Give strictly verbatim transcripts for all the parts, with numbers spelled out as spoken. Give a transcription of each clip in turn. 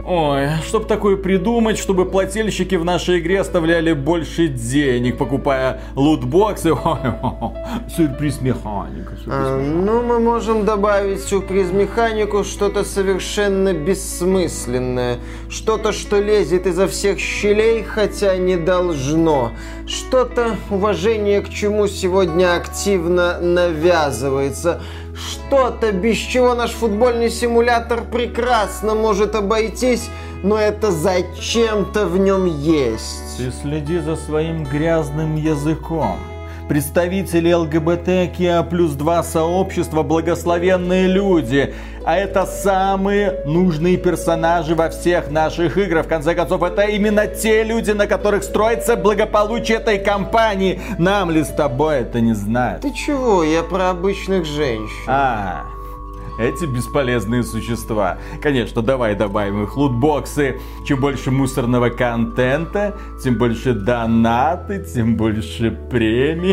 Ой, чтоб такое придумать, чтобы плательщики в нашей игре оставляли больше денег, покупая лутбоксы. Сюрприз-механика. А, ну, мы можем добавить сюрприз-механику что-то совершенно бессмысленное. Что-то, что лезет изо всех щелей, хотя не должно. Что-то, уважение к чему сегодня активно навязывается. Что-то, без чего наш футбольный симулятор прекрасно может обойтись, но это зачем-то в нем есть. Ты следи за своим грязным языком. Представители ЛГБТКИА плюс два сообщества благословенные люди. А это самые нужные персонажи во всех наших играх. В конце концов, это именно те люди, на которых строится благополучие этой компании. Нам ли с тобой это не знать? Ты чего? Я про обычных женщин. А, эти бесполезные существа. Конечно, давай добавим их в лутбоксы. Чем больше мусорного контента, тем больше донаты, тем больше премий.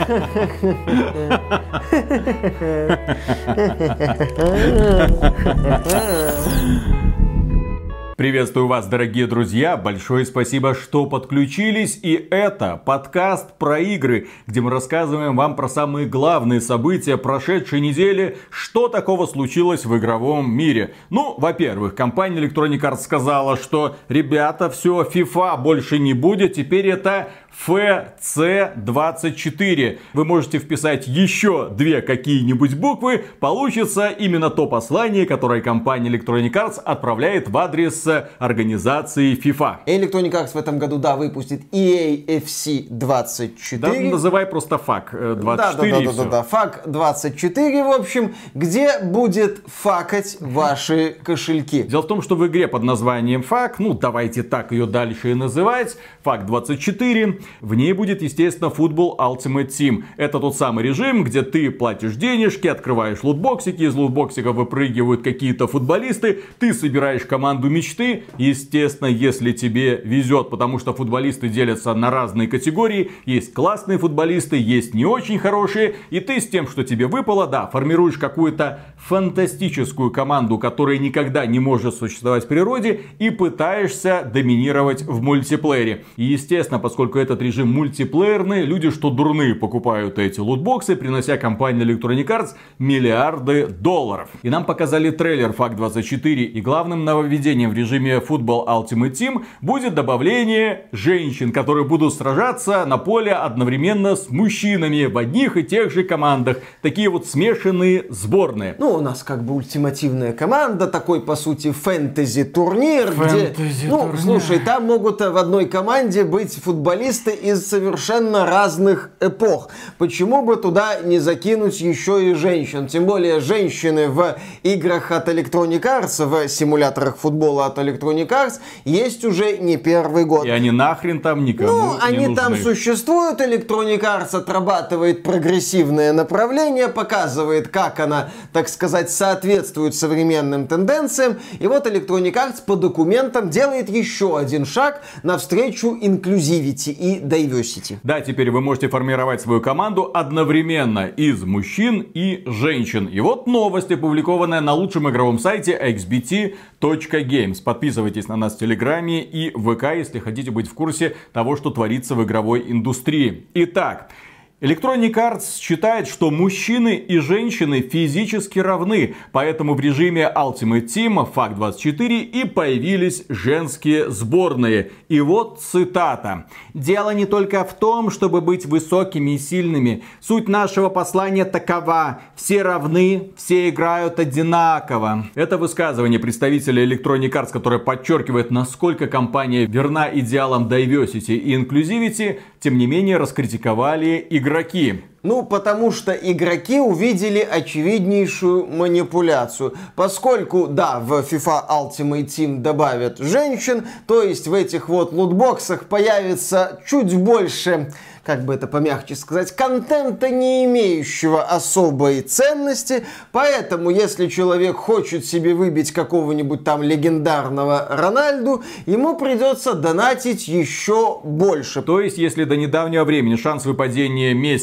Приветствую вас, дорогие друзья, большое спасибо, что подключились, и это подкаст про игры, где мы рассказываем вам про самые главные события прошедшей недели, что такого случилось в игровом мире. Ну, во-первых, компания Electronic Arts сказала, что, ребята, все, FIFA больше не будет, теперь это эф си двадцать четыре. Вы можете вписать еще две какие-нибудь буквы, получится именно то послание, которое компания Electronic Arts отправляет в адрес организации FIFA. Electronic Arts в этом году, да, выпустит и эй эф си двадцать четыре. Да, называй просто фак двадцать четыре. Да, да, да, да, да, фак двадцать четыре, в общем, где будет факать ваши кошельки. Дело в том, что в игре под названием фак, ну давайте так ее дальше и называть, фак двадцать четыре, в ней будет, естественно, Football Ultimate Team. Это тот самый режим, где ты платишь денежки, открываешь лутбоксики, из лутбоксиков выпрыгивают какие-то футболисты, ты собираешь команду мечты, естественно, если тебе везет, потому что футболисты делятся на разные категории, есть классные футболисты, есть не очень хорошие, и ты с тем, что тебе выпало, да, формируешь какую-то фантастическую команду, которая никогда не может существовать в природе, и пытаешься доминировать в мультиплеере. И, естественно, поскольку этот режим мультиплеерный, люди, что дурные, покупают эти лутбоксы, принося компании Electronic Arts миллиарды долларов. И нам показали трейлер фак двадцать четыре, и главным нововведением в режиме Football Ultimate Team будет добавление женщин, которые будут сражаться на поле одновременно с мужчинами в одних и тех же командах. Такие вот смешанные сборные. Ну, у нас как бы ультимативная команда, такой, по сути, фэнтези-турнир, где, ну, слушай, там могут в одной команде быть футболисты из совершенно разных эпох. Почему бы туда не закинуть еще и женщин? Тем более, женщины в играх от Electronic Arts, в симуляторах футбола от Electronic Arts есть уже не первый год. И они нахрен там никому ну, не они нужны. там существуют, Electronic Arts отрабатывает прогрессивное направление, показывает, как она, так сказать, соответствует современным тенденциям. И вот Electronic Arts по документам делает еще один шаг навстречу инклюзивити и diversity. Да, теперь вы можете формировать свою команду одновременно из мужчин и женщин. И вот новость, опубликованная на лучшем игровом сайте икс би ти точка геймс. Подписывайтесь на нас в Телеграме и ВК, если хотите быть в курсе того, что творится в игровой индустрии. Итак, Electronic Arts считает, что мужчины и женщины физически равны, поэтому в режиме Ultimate Team фак двадцать четыре и появились женские сборные. И вот цитата. «Дело не только в том, чтобы быть высокими и сильными. Суть нашего послания такова. Все равны, все играют одинаково». Это высказывание представителя Electronic Arts, которое подчеркивает, насколько компания верна идеалам diversity и inclusivity, тем не менее раскритиковали игры. Игроки. Ну, потому что игроки увидели очевиднейшую манипуляцию. Поскольку, да, в FIFA Ultimate Team добавят женщин, то есть в этих вот лутбоксах появится чуть больше, как бы это помягче сказать, контента, не имеющего особой ценности. Поэтому, если человек хочет себе выбить какого-нибудь там легендарного Рональду, ему придется донатить еще больше. То есть, если до недавнего времени шанс выпадения Месси был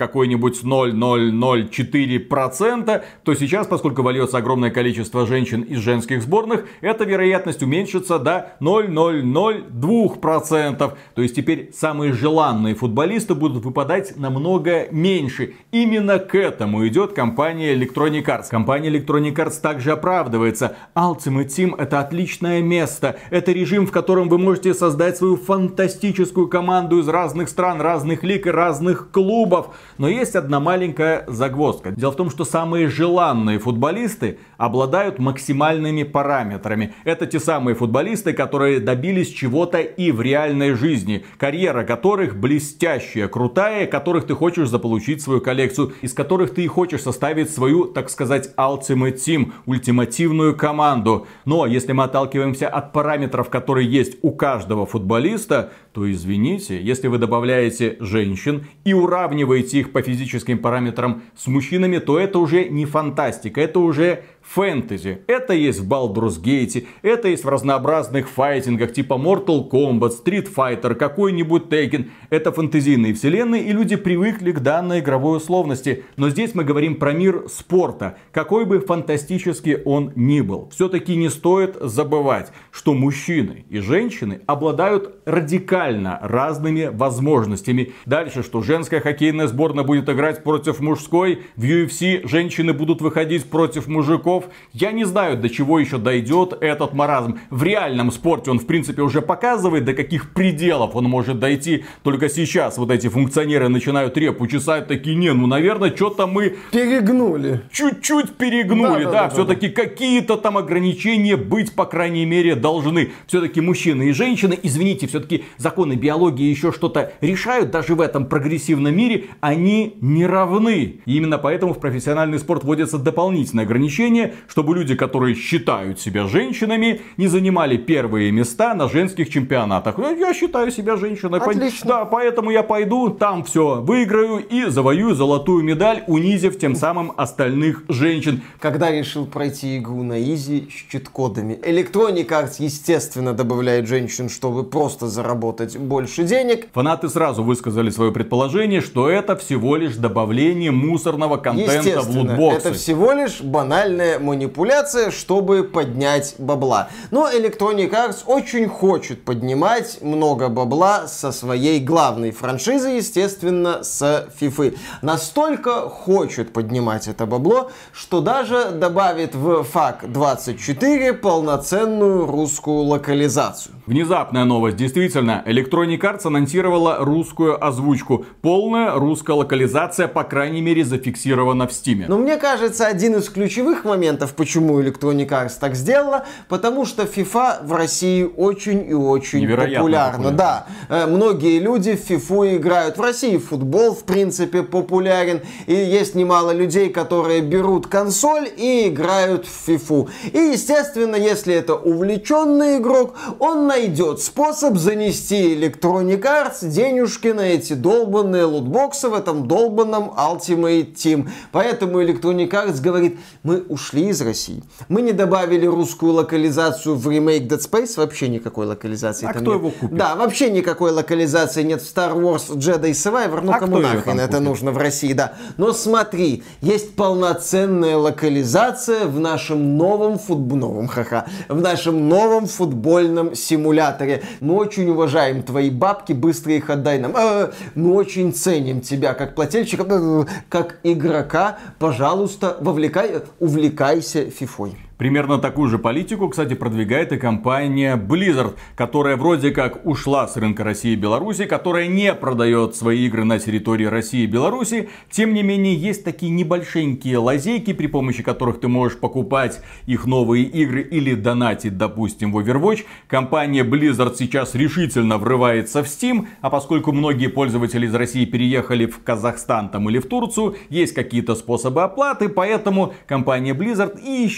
какой-нибудь ноль целых ноль ноль четыре процента, то сейчас, поскольку вольется огромное количество женщин из женских сборных, эта вероятность уменьшится до ноль целых ноль ноль два процента. То есть теперь самые желанные футболисты будут выпадать намного меньше. Именно к этому идет компания Electronic Arts. Компания Electronic Arts также оправдывается. Ultimate Team — это отличное место. Это режим, в котором вы можете создать свою фантастическую команду из разных стран, разных лиг и разных клубов. Но есть одна маленькая загвоздка. Дело в том, что самые желанные футболисты обладают максимальными параметрами. Это те самые футболисты, которые добились чего-то и в реальной жизни. Карьера которых блестящая, крутая, которых ты хочешь заполучить свою коллекцию, из которых ты и хочешь составить свою, так сказать, Ultimate Team, ультимативную команду. Но если мы отталкиваемся от параметров, которые есть у каждого футболиста, то извините, если вы добавляете женщин и уравниваете их по физическим параметрам с мужчинами, то это уже не фантастика, это уже фэнтези. Это есть в Baldur's Gate, это есть в разнообразных файтингах типа Mortal Kombat, Street Fighter, какой-нибудь Tekken. Это фэнтезийные вселенные, и люди привыкли к данной игровой условности. Но здесь мы говорим про мир спорта, какой бы фантастический он ни был. Все-таки не стоит забывать, что мужчины и женщины обладают радикально разными возможностями. Дальше, что женская хоккейная сборная будет играть против мужской, в ю эф си женщины будут выходить против мужиков. Я не знаю, до чего еще дойдет этот маразм. В реальном спорте он, в принципе, уже показывает, до каких пределов он может дойти. Только сейчас вот эти функционеры начинают репу чесать, такие: не, ну, наверное, что-то мы... Перегнули. Чуть-чуть перегнули, да, да, да, да все-таки да. Какие-то там ограничения быть, по крайней мере, должны. Все-таки мужчины и женщины, извините, все-таки законы биологии еще что-то решают, даже в этом прогрессивном мире они не равны. И именно поэтому в профессиональный спорт вводятся дополнительные ограничения, чтобы люди, которые считают себя женщинами, не занимали первые места на женских чемпионатах. Я считаю себя женщиной. Отлично. Да, поэтому я пойду, там все выиграю и завоюю золотую медаль, унизив тем самым остальных женщин. Когда решил пройти игру на изи с чит-кодами. Electronic Arts, естественно, добавляет женщин, чтобы просто заработать больше денег. Фанаты сразу высказали свое предположение, что это всего лишь добавление мусорного контента в лутбоксы. Это всего лишь банальная манипуляция, чтобы поднять бабла. Но Electronic Arts очень хочет поднимать много бабла со своей главной франшизы, естественно, с FIFA. Настолько хочет поднимать это бабло, что даже добавит в фак двадцать четыре полноценную русскую локализацию. Внезапная новость. Действительно, Electronic Arts анонсировала русскую озвучку. Полная русская локализация, по крайней мере, зафиксирована в Steam. Но мне кажется, один из ключевых моментов, почему Electronic Arts так сделала, потому что FIFA в России очень и очень невероятно популярна. Да, многие люди в FIFA играют. В России футбол, в принципе, популярен. И есть немало людей, которые берут консоль и играют в FIFA. И, естественно, если это увлеченный игрок, он найдет способ занести Electronic Arts денежки на эти долбанные лутбоксы в этом долбанном Ultimate Team. Поэтому Electronic Arts говорит: мы ушли из России. Мы не добавили русскую локализацию в ремейк Dead Space. Вообще никакой локализации а там кто нет. его купит? Да, вообще никакой локализации нет в Star Wars Jedi Survivor. Ну, а кому нахрен это купит? Нужно в России, да. Но смотри, есть полноценная локализация в нашем новом футбол... Новом, ха-ха. В нашем новом футбольном симуляторе. Мы очень уважаем твои бабки, быстро их отдай нам. Э, мы очень ценим тебя как плательщика, э, как игрока. Пожалуйста, вовлекай, увлекайся фифой. Примерно такую же политику, кстати, продвигает и компания Blizzard, которая вроде как ушла с рынка России и Беларуси, которая не продает свои игры на территории России и Беларуси. Тем не менее, есть такие небольшенькие лазейки, при помощи которых ты можешь покупать их новые игры или донатить, допустим, в Overwatch. Компания Blizzard сейчас решительно врывается в Steam, а поскольку многие пользователи из России переехали в Казахстан там или в Турцию, есть какие-то способы оплаты, поэтому компания Blizzard и еще одна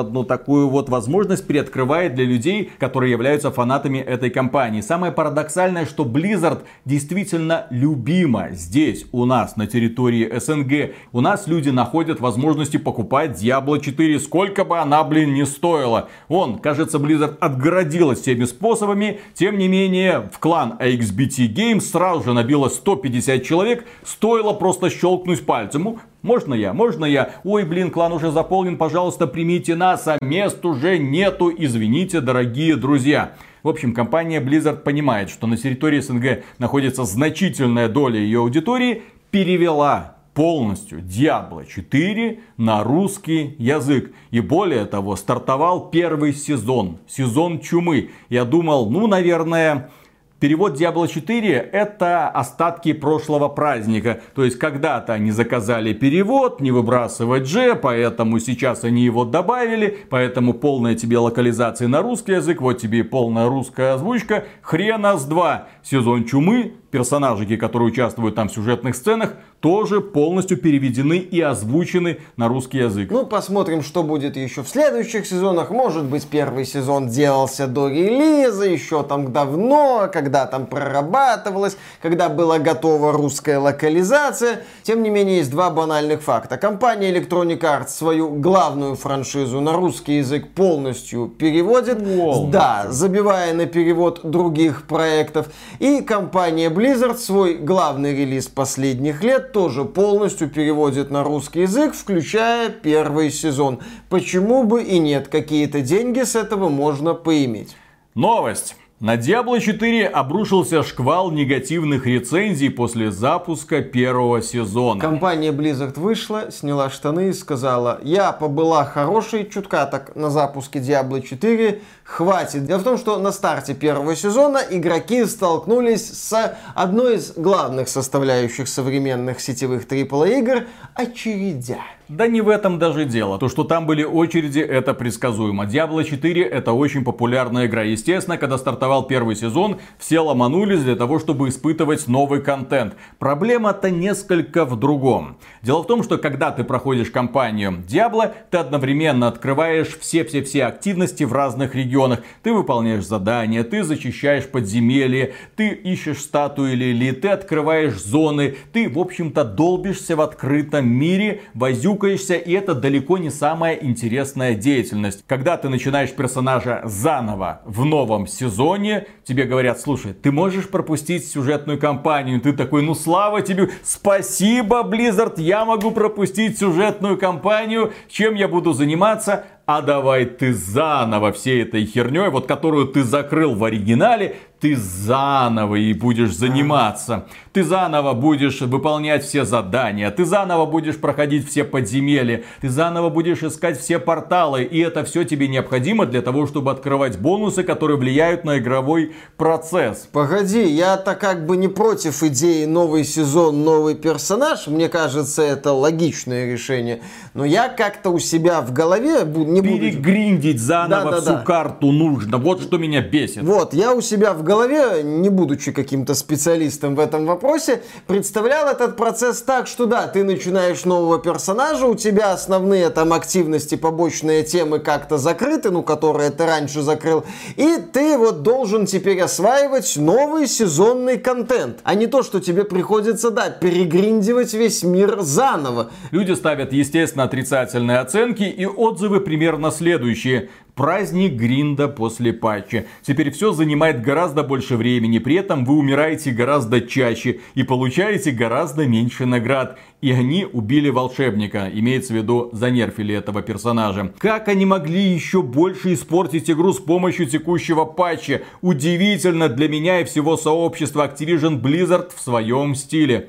одну такую вот возможность приоткрывает для людей, которые являются фанатами этой компании. Самое парадоксальное, что Blizzard действительно любима здесь, у нас, на территории СНГ. У нас люди находят возможности покупать Diablo четыре, сколько бы она, блин, не стоила. Вон, кажется, Blizzard отгородилась всеми способами. Тем не менее, в клан икс би ти Games сразу же набило сто пятьдесят человек. Стоило просто щелкнуть пальцем. Можно я? Можно я? Ой, блин, клан уже заполнен, пожалуйста, примите нас, а мест уже нету, извините, дорогие друзья. В общем, компания Blizzard понимает, что на территории СНГ находится значительная доля ее аудитории, перевела полностью Diablo четыре на русский язык. И более того, стартовал первый сезон, сезон чумы. Я думал, ну, наверное... Перевод Diablo четыре это остатки прошлого праздника. То есть когда-то они заказали перевод, не выбрасывать же, поэтому сейчас они его добавили. Поэтому полная тебе локализация на русский язык, вот тебе и полная русская озвучка. Хрена с два. Сезон чумы, персонажи, которые участвуют там в сюжетных сценах, тоже полностью переведены и озвучены на русский язык. Ну, посмотрим, что будет еще в следующих сезонах. Может быть, первый сезон делался до релиза, еще там давно, когда там прорабатывалось, когда была готова русская локализация. Тем не менее, есть два банальных факта. Компания Electronic Arts свою главную франшизу на русский язык полностью переводит. Wow. Да, забивая на перевод других проектов. И компания Blizzard свой главный релиз последних лет тоже полностью переводит на русский язык, включая первый сезон. Почему бы и нет? Какие-то деньги с этого можно поиметь. Новость. На Diablo четыре обрушился шквал негативных рецензий после запуска первого сезона. Компания Blizzard вышла, сняла штаны и сказала: я побыла хорошей, чутка так на запуске Diablo четыре, хватит. Дело в том, что на старте первого сезона игроки столкнулись с одной из главных составляющих современных сетевых трипл эй игр – очередя. Да не в этом даже дело. То, что там были очереди, это предсказуемо. Diablo четыре это очень популярная игра. Естественно, когда стартовал первый сезон, все ломанулись для того, чтобы испытывать новый контент. Проблема-то несколько в другом. Дело в том, что когда ты проходишь кампанию Diablo, ты одновременно открываешь все-все-все активности в разных регионах. Ты выполняешь задания, ты зачищаешь подземелья, ты ищешь статуи Лили, ты открываешь зоны, ты, в общем-то, долбишься в открытом мире, возюкаешься. И это далеко не самая интересная деятельность. Когда ты начинаешь персонажа заново в новом сезоне, тебе говорят: слушай, ты можешь пропустить сюжетную кампанию. Ты такой: ну слава тебе, спасибо, Blizzard, я могу пропустить сюжетную кампанию. Чем я буду заниматься? А давай ты заново всей этой херней, вот которую ты закрыл в оригинале, ты заново и будешь заниматься. Ты заново будешь выполнять все задания. Ты заново будешь проходить все подземелья. Ты заново будешь искать все порталы. И это все тебе необходимо для того, чтобы открывать бонусы, которые влияют на игровой процесс. Погоди, я-то как бы не против идеи новый сезон, новый персонаж. Мне кажется, это логичное решение. Но я как-то у себя в голове не буду... Перегриндить заново да, да, всю да. карту нужно. Вот что меня бесит. Вот, я у себя в голове, не будучи каким-то специалистом в этом вопросе, представлял этот процесс так, что да, ты начинаешь нового персонажа, у тебя основные там активности, побочные темы как-то закрыты, ну, которые ты раньше закрыл, и ты вот должен теперь осваивать новый сезонный контент, а не то, что тебе приходится, да, перегриндивать весь мир заново. Люди ставят, естественно, отрицательные оценки, и отзывы примерно следующие. Праздник гринда после патча. Теперь все занимает гораздо больше времени, при этом вы умираете гораздо чаще и получаете гораздо меньше наград. И они убили волшебника, имеется в виду, занерфили этого персонажа. Как они могли еще больше испортить игру с помощью текущего патча? Удивительно для меня и всего сообщества Activision Blizzard в своем стиле.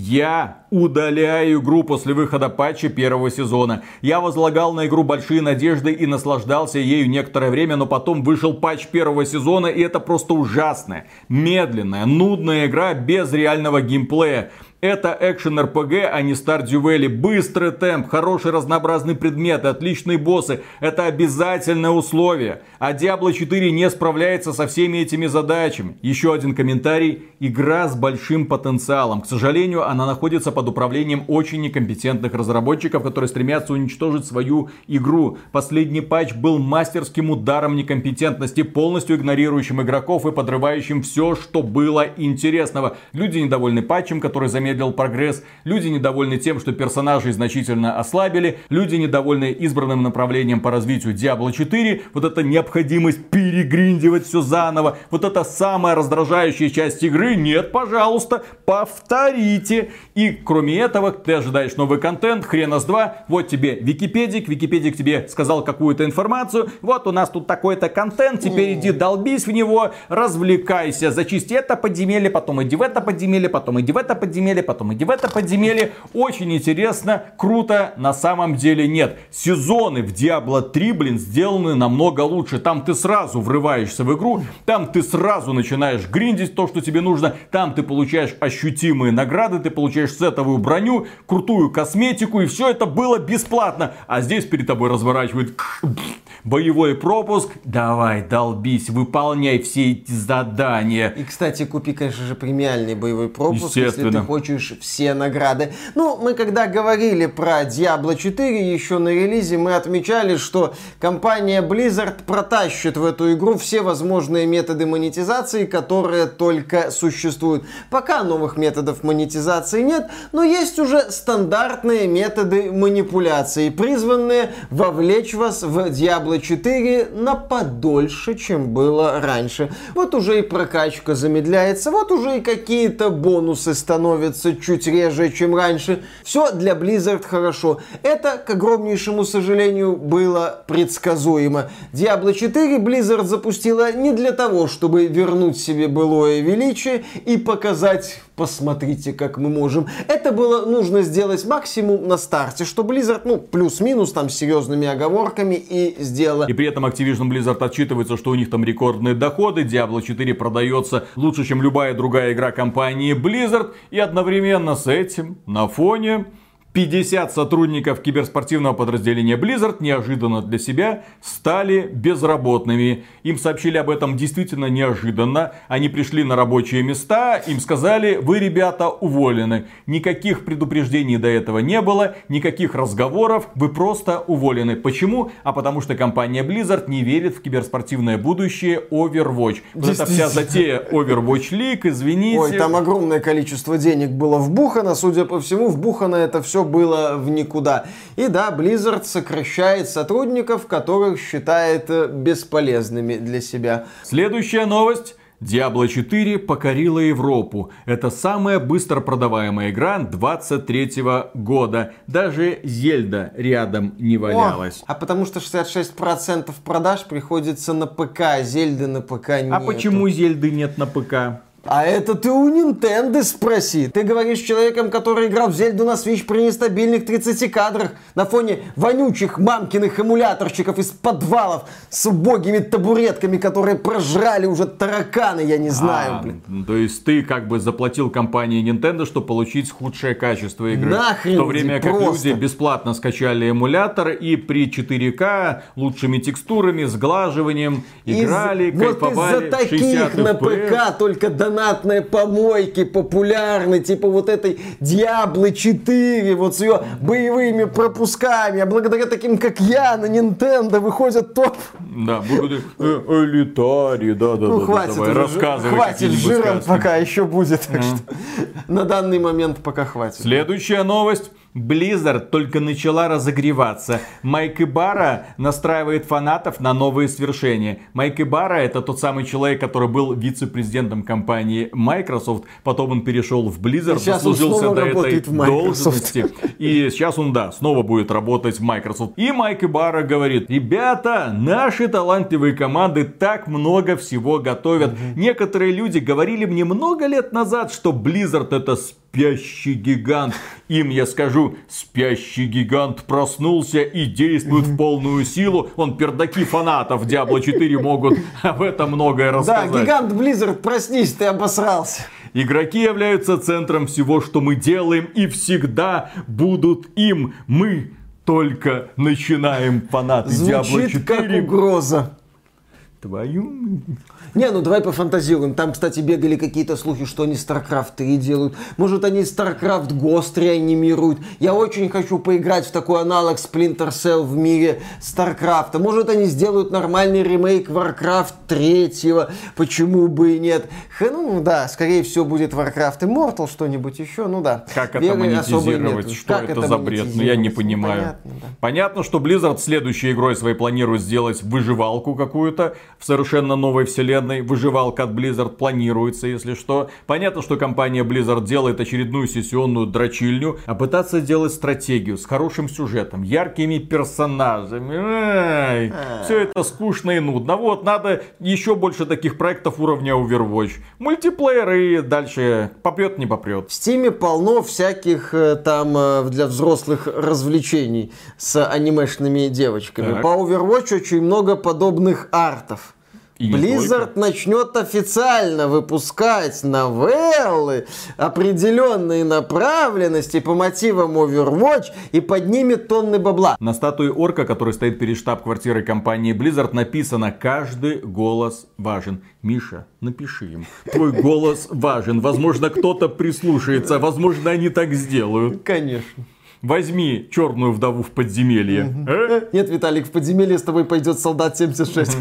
Я удаляю игру после выхода патча первого сезона. Я возлагал на игру большие надежды и наслаждался ею некоторое время, но потом вышел патч первого сезона, и это просто ужасная, медленная, нудная игра без реального геймплея. Это экшен эр пи джи, а не Stardew Valley. Быстрый темп, хорошие разнообразные предметы, отличные боссы. Это обязательное условие. А Diablo четыре не справляется со всеми этими задачами. Еще один комментарий. Игра с большим потенциалом. К сожалению, она находится под управлением очень некомпетентных разработчиков, которые стремятся уничтожить свою игру. Последний патч был мастерским ударом некомпетентности, полностью игнорирующим игроков и подрывающим все, что было интересного. Люди недовольны патчем, который замедлил прогресс. Люди недовольны тем, что персонажей значительно ослабили. Люди недовольны избранным направлением по развитию Diablo четыре. Вот эта необходимость перегриндивать все заново. Вот это самая раздражающая часть игры. Нет, пожалуйста, повторите. И кроме этого, ты ожидаешь новый контент, хрена с два. Вот тебе Википедик. Википедик тебе сказал какую-то информацию. Вот у нас тут такой-то контент. Теперь иди долбись в него, развлекайся. Зачисти это подземелье, потом иди в это подземелье, потом иди в это подземелье, потом иди в это подземелье. Очень интересно, круто, на самом деле нет. Сезоны в Diablo три, блин, сделаны намного лучше. Там ты сразу врываешься в игру, там ты сразу начинаешь гриндить то, что тебе нужно. Там ты получаешь ощутимые награды, ты получаешь сетовую броню, крутую косметику, и все это было бесплатно. А здесь перед тобой разворачивают боевой пропуск. Давай, долбись, выполняй все эти задания. И, кстати, купи, конечно же, премиальный боевой пропуск, если ты хочешь все награды. Ну, мы когда говорили про Diablo четыре еще на релизе, мы отмечали, что компания Blizzard протащит в эту игру все возможные методы монетизации, которые только существуют. Пока новых методов монетизации нет, но есть уже стандартные методы манипуляции, призванные вовлечь вас в Diablo четыре на подольше, чем было раньше. Вот уже и прокачка замедляется, вот уже и какие-то бонусы становятся чуть реже, чем раньше. Все для Blizzard хорошо. Это, к огромнейшему сожалению, было предсказуемо. Diablo четыре Blizzard запустила не для того, чтобы вернуть себе былое величие и показать: посмотрите, как мы можем. Это было нужно сделать максимум на старте, что Blizzard, ну, плюс-минус, там, с серьезными оговорками и сделала. И при этом Activision Blizzard отчитывается, что у них там рекордные доходы. Diablo четыре продается лучше, чем любая другая игра компании Blizzard. И одновременно с этим, на фоне, пятьдесят сотрудников киберспортивного подразделения Blizzard неожиданно для себя стали безработными. Им сообщили об этом действительно неожиданно. Они пришли на рабочие места, им сказали: вы, ребята, уволены. Никаких предупреждений до этого не было, никаких разговоров, вы просто уволены. Почему? А потому что компания Blizzard не верит в киберспортивное будущее Overwatch. Вот эта вся затея Overwatch League, извините. Ой, там огромное количество денег было вбухано, судя по всему, вбухано это все было в никуда. И да, Blizzard сокращает сотрудников, которых считает бесполезными для себя. Следующая новость. Diablo четыре покорила Европу. Это самая быстро продаваемая игра двадцать третьего года. Даже Зельда рядом не валялась. О, а потому что шестьдесят шесть процентов продаж приходится на ПК, а Зельды на ПК нет. А почему Зельды нет на ПК? А это ты у Nintendo спроси. Ты говоришь с человеком, который играл в Зельду на Switch при нестабильных тридцати кадрах на фоне вонючих мамкиных эмуляторчиков из подвалов с убогими табуретками, которые прожрали уже тараканы, я не знаю, а, блин. То есть ты как бы заплатил компании Nintendo, чтобы получить худшее качество игры. Нахрен, в то время как просто. люди бесплатно скачали эмулятор и при четыре ка лучшими текстурами, сглаживанием играли, из... кайфовали. Вот из-за таких на ПК только донатные помойки популярны, типа вот этой Diablo четыре, вот с ее боевыми пропусками, а благодаря таким, как я, на Nintendo выходят топ. Да, благодаря э, элитари, да, да, ну, да, хватит, давай, уже, рассказывай. хватит жиром, пока еще будет, так что на данный момент пока хватит. Следующая новость. Blizzard только начала разогреваться. Майк Ибарра настраивает фанатов на новые свершения. Майк Ибарра — это тот самый человек, который был вице-президентом компании Microsoft. Потом он перешел в Blizzard, заслужился до этой должности. И сейчас он, да, снова будет работать в Microsoft. И Майк Ибарра говорит: ребята, наши талантливые команды так много всего готовят. Mm-hmm. Некоторые люди говорили мне много лет назад, что Blizzard — это спящий гигант. Им я скажу: спящий гигант проснулся и действует в полную силу. Он пердаки фанатов Diablo четыре могут об этом многое рассказать. Да, гигант Blizzard, проснись, ты обосрался. Игроки являются центром всего, что мы делаем, и всегда будут им. Мы только начинаем, фанаты Диабло четыре. Звучит как угроза. Твою... Не, ну давай пофантазируем. Там, кстати, бегали какие-то слухи, что они StarCraft три делают. Может, они StarCraft Ghost реанимируют. Я очень хочу поиграть в такой аналог Splinter Cell в мире StarCraft. Может, они сделают нормальный ремейк Warcraft три. Почему бы и нет? Х, ну да, скорее всего, будет Warcraft Immortal, что-нибудь еще. Ну да. Как это монетизировать? Что как это за бред? Ну, я не понимаю. Понятно, да. Понятно, что Blizzard следующей игрой своей планирует сделать выживалку какую-то в совершенно новой вселенной. Выживалка от Blizzard планируется, если что. Понятно, что компания Blizzard делает очередную сессионную дрочильню, а пытаться делать стратегию с хорошим сюжетом, яркими персонажами. Ай, все это скучно и нудно. Вот, надо еще больше таких проектов уровня Overwatch. Мультиплеер и дальше попрет, не попрет. В Стиме полно всяких там для взрослых развлечений с анимешными девочками. Так. По Overwatch очень много подобных артов. И Blizzard начнет официально выпускать новеллы определенной направленности по мотивам Overwatch и поднимет тонны бабла. На статуе орка, который стоит перед штаб-квартирой компании Blizzard, написано: каждый голос важен. Миша, напиши им. Твой голос важен. Возможно, кто-то прислушается. Возможно, они так сделают. Конечно. Возьми черную вдову в подземелье. А? Нет, Виталик, в подземелье с тобой пойдет солдат семьдесят шесть.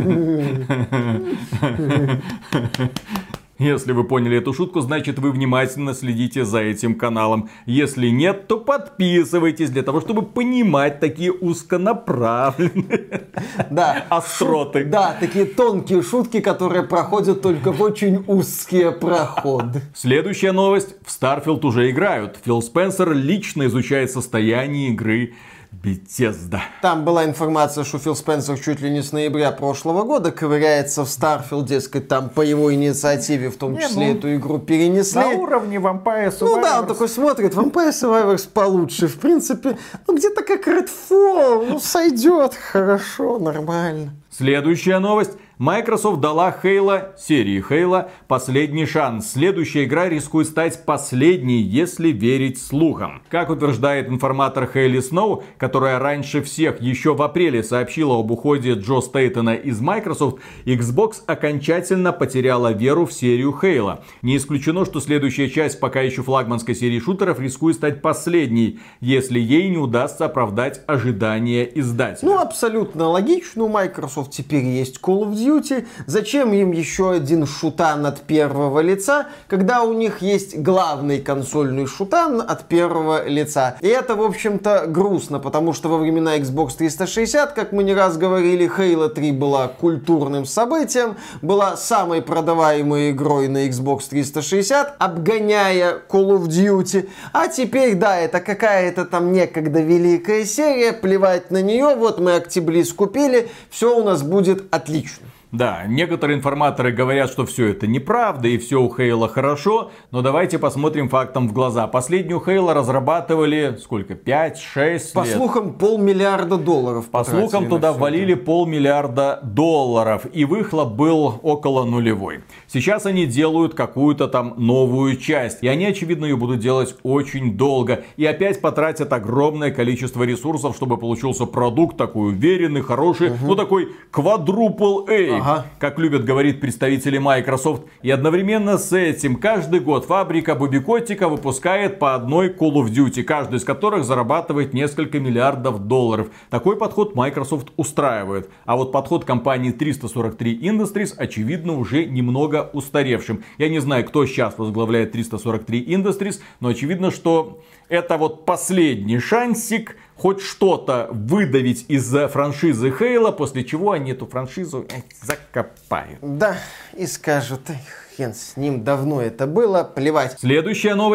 Если вы поняли эту шутку, значит вы внимательно следите за этим каналом. Если нет, то подписывайтесь для того, чтобы понимать такие узконаправленные да. остроты. Шут... Да, такие тонкие шутки, которые проходят только в очень узкие проходы. Следующая новость. В Starfield уже играют. Фил Спенсер лично изучает состояние игры Bethesda. Там была информация, что Фил Спенсер чуть ли не с ноября прошлого года ковыряется в Starfield, дескать, там по его инициативе в том не, числе ну, эту игру перенесли. На уровне Vampire Survivors. Ну да, он такой смотрит, Vampire Survivors получше, в принципе, ну где-то как Redfall, ну сойдет, хорошо, нормально. Следующая новость. Microsoft дала Halo, серии Halo, последний шанс. Следующая игра рискует стать последней, если верить слухам. Как утверждает информатор Хейли Сноу, которая раньше всех еще в апреле сообщила об уходе Джо Стейтона из Microsoft, Xbox окончательно потеряла веру в серию Halo. Не исключено, что следующая часть пока еще флагманской серии шутеров рискует стать последней, если ей не удастся оправдать ожидания издателя. Ну, абсолютно логично. У Microsoft теперь есть Call of Duty. Зачем им еще один шутан от первого лица, когда у них есть главный консольный шутан от первого лица? И это, в общем-то, грустно, потому что во времена Xbox триста шестьдесят, как мы не раз говорили, Halo три была культурным событием, была самой продаваемой игрой на Xbox триста шестьдесят, обгоняя Call of Duty. А теперь, да, это какая-то там некогда великая серия, плевать на нее, вот мы Октябрис купили, все у нас будет отлично. Да, некоторые информаторы говорят, что все это неправда и все у Halo хорошо, но давайте посмотрим фактам в глаза. Последнюю Halo разрабатывали сколько? пять-шесть лет? По слухам, полмиллиарда долларов. По слухам, туда ввалили полмиллиарда долларов, и выхлоп был около нулевой. Сейчас они делают какую-то там новую часть, и они, очевидно, ее будут делать очень долго. И опять потратят огромное количество ресурсов, чтобы получился продукт такой уверенный, хороший, угу. ну такой quadruple A. Ага. Как любят говорить представители Microsoft. И одновременно с этим каждый год фабрика Бобби Котика выпускает по одной Call of Duty, каждый из которых зарабатывает несколько миллиардов долларов. Такой подход Microsoft устраивает. А вот подход компании триста сорок три Industries, очевидно, уже немного устаревшим. Я не знаю, кто сейчас возглавляет триста сорок три Industries, но очевидно, что это вот последний шансик хоть что-то выдавить из франшизы Halo, после чего они эту франшизу закопают. Да, и скажут, хрен с ним, давно это было, плевать. Следующая новость.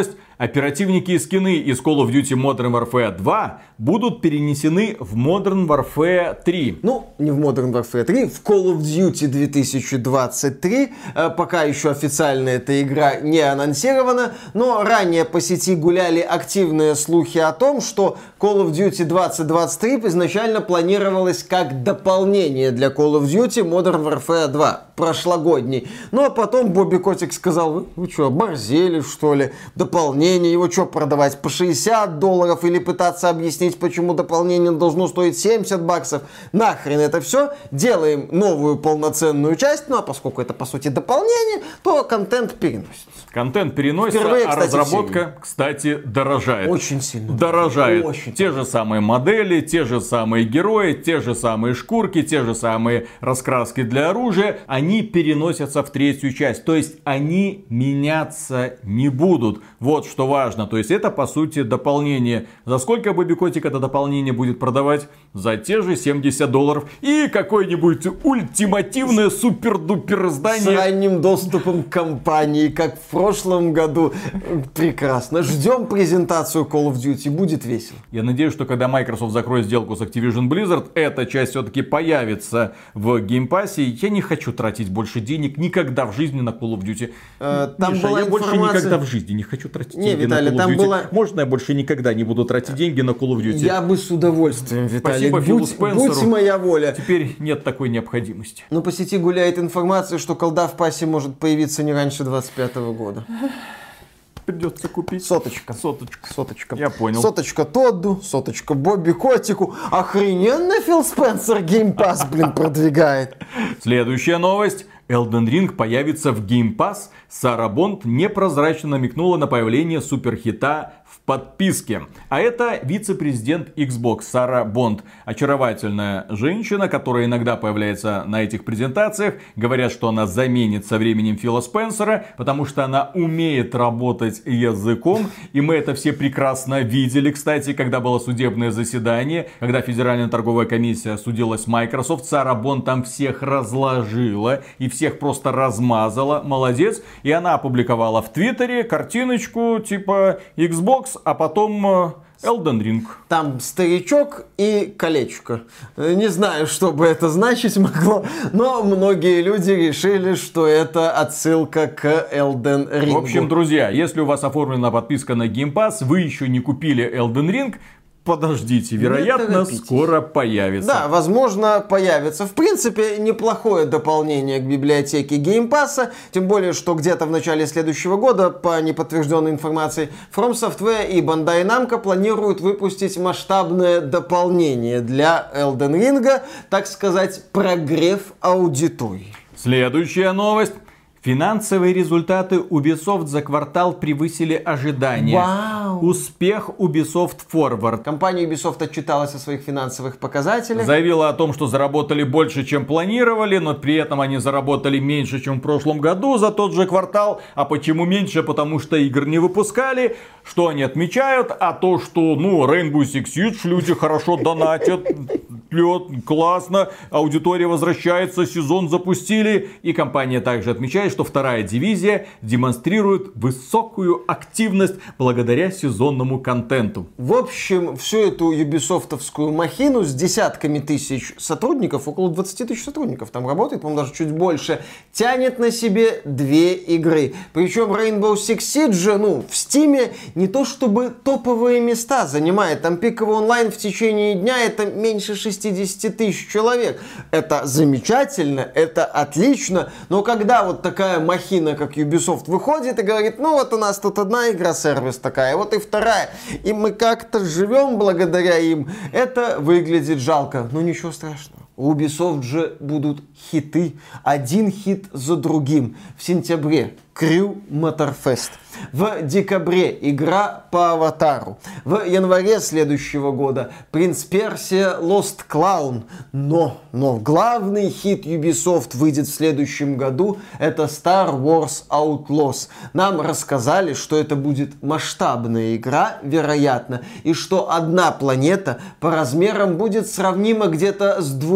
Оперативники и скины из Call of Duty Modern Warfare два будут перенесены в Modern Warfare три. Ну, не в Modern Warfare три, в Call of Duty две тысячи двадцать три. Пока еще официально эта игра не анонсирована, но ранее по сети гуляли активные слухи о том, что Call of Duty двадцать двадцать три изначально планировалось как дополнение для Call of Duty Modern Warfare два, прошлогодний. Ну а потом Бобби Котик сказал: вы, вы что, оборзели что ли? Дополнение, его что продавать по шестьдесят долларов или пытаться объяснить, почему дополнение должно стоить семьдесят баксов? Нахрен это все, делаем новую полноценную часть, ну а поскольку это по сути дополнение, то контент переносится. Контент переносится, Впервые, а кстати, разработка, кстати, дорожает. Очень сильно. Дорожает. Очень. Те же самые модели, те же самые герои, те же самые шкурки, те же самые раскраски для оружия, они переносятся в третью часть. То есть они меняться не будут. Вот что важно. То есть это по сути дополнение. За сколько Бобби Котик это дополнение будет продавать? За те же семьдесят долларов. И какое-нибудь ультимативное супер-дупер издание. С ранним доступом к компании, как в прошлом году. Прекрасно. Ждем презентацию Call of Duty. Будет весело. Я надеюсь, что когда Microsoft закроет сделку с Activision Blizzard, эта часть все-таки появится в геймпассе. Я не хочу тратить больше денег никогда в жизни на Call of Duty. Э, там Миша, была я информация... больше никогда в жизни не хочу тратить не, деньги Виталий, на Call of там Duty. была... Можно я больше никогда не буду тратить деньги на Call of Duty? Я бы с удовольствием, Виталий. Спасибо Филу будь, Спенсеру. будь моя воля. Теперь нет такой необходимости. Но по сети гуляет информация, что колда в пассе может появиться не раньше двадцать пятого года. Придется купить. Соточка. Соточка. Соточка. Я понял. Соточка Тодду, соточка Бобби Котику. Охрененно Фил Спенсер геймпасс, блин, продвигает. Следующая новость. Elden Ring появится в Game Pass. Сара Бонд непрозрачно намекнула на появление суперхита в подписке. А это вице-президент Xbox Сара Бонд. Очаровательная женщина, которая иногда появляется на этих презентациях. Говорят, что она заменит со временем Фила Спенсера, потому что она умеет работать языком. И мы это все прекрасно видели, кстати, когда было судебное заседание, когда Федеральная торговая комиссия судилась с Microsoft. Сара Бонд там всех разложила и всех просто размазала. Молодец. И она опубликовала в Твиттере картиночку типа Xbox, а потом Elden Ring. Там старичок и колечко. Не знаю, что бы это значить могло, но многие люди решили, что это отсылка к Elden Ring. В общем, друзья, если у вас оформлена подписка на Game Pass, вы еще не купили Elden Ring, подождите, вероятно, скоро появится. Да, возможно, появится. В принципе, неплохое дополнение к библиотеке Game Pass, тем более, что где-то в начале следующего года, по неподтвержденной информации, From Software и Bandai Namco планируют выпустить масштабное дополнение для Elden Ring, так сказать, прогрев аудитории. Следующая новость. Финансовые результаты Ubisoft за квартал превысили ожидания. Вау. Успех Ubisoft Forward. Компания Ubisoft отчиталась о своих финансовых показателях. Заявила о том, что заработали больше, чем планировали, но при этом они заработали меньше, чем в прошлом году за тот же квартал. А почему меньше? Потому что игр не выпускали. Что они отмечают? А то, что, ну, Rainbow Six Siege люди хорошо донатят. Лед, классно, аудитория возвращается, сезон запустили. И компания также отмечает, что вторая дивизия демонстрирует высокую активность благодаря сезонному контенту. В общем, всю эту юбисофтовскую махину с десятками тысяч сотрудников, около двадцати тысяч сотрудников там работает, по-моему, даже чуть больше, тянет на себе две игры. Причем Rainbow Six Siege, ну, в Стиме не то чтобы топовые места занимает. Там пиковый онлайн в течение дня это меньше шестидесяти тысяч человек. Это замечательно, это отлично, но когда вот такая махина, как Ubisoft, выходит и говорит, ну вот у нас тут одна игра-сервис такая, вот и вторая, и мы как-то живем благодаря им, это выглядит жалко, но ничего страшного. У Ubisoft же будут хиты, один хит за другим. В сентябре Crew Motorfest. В декабре игра по Аватару. В январе следующего года Принц Персия Lost Clown. Но, но главный хит Ubisoft выйдет в следующем году. Это Star Wars Outlaws. Нам рассказали, что это будет масштабная игра, вероятно, и что одна планета по размерам будет сравнима где-то с двумя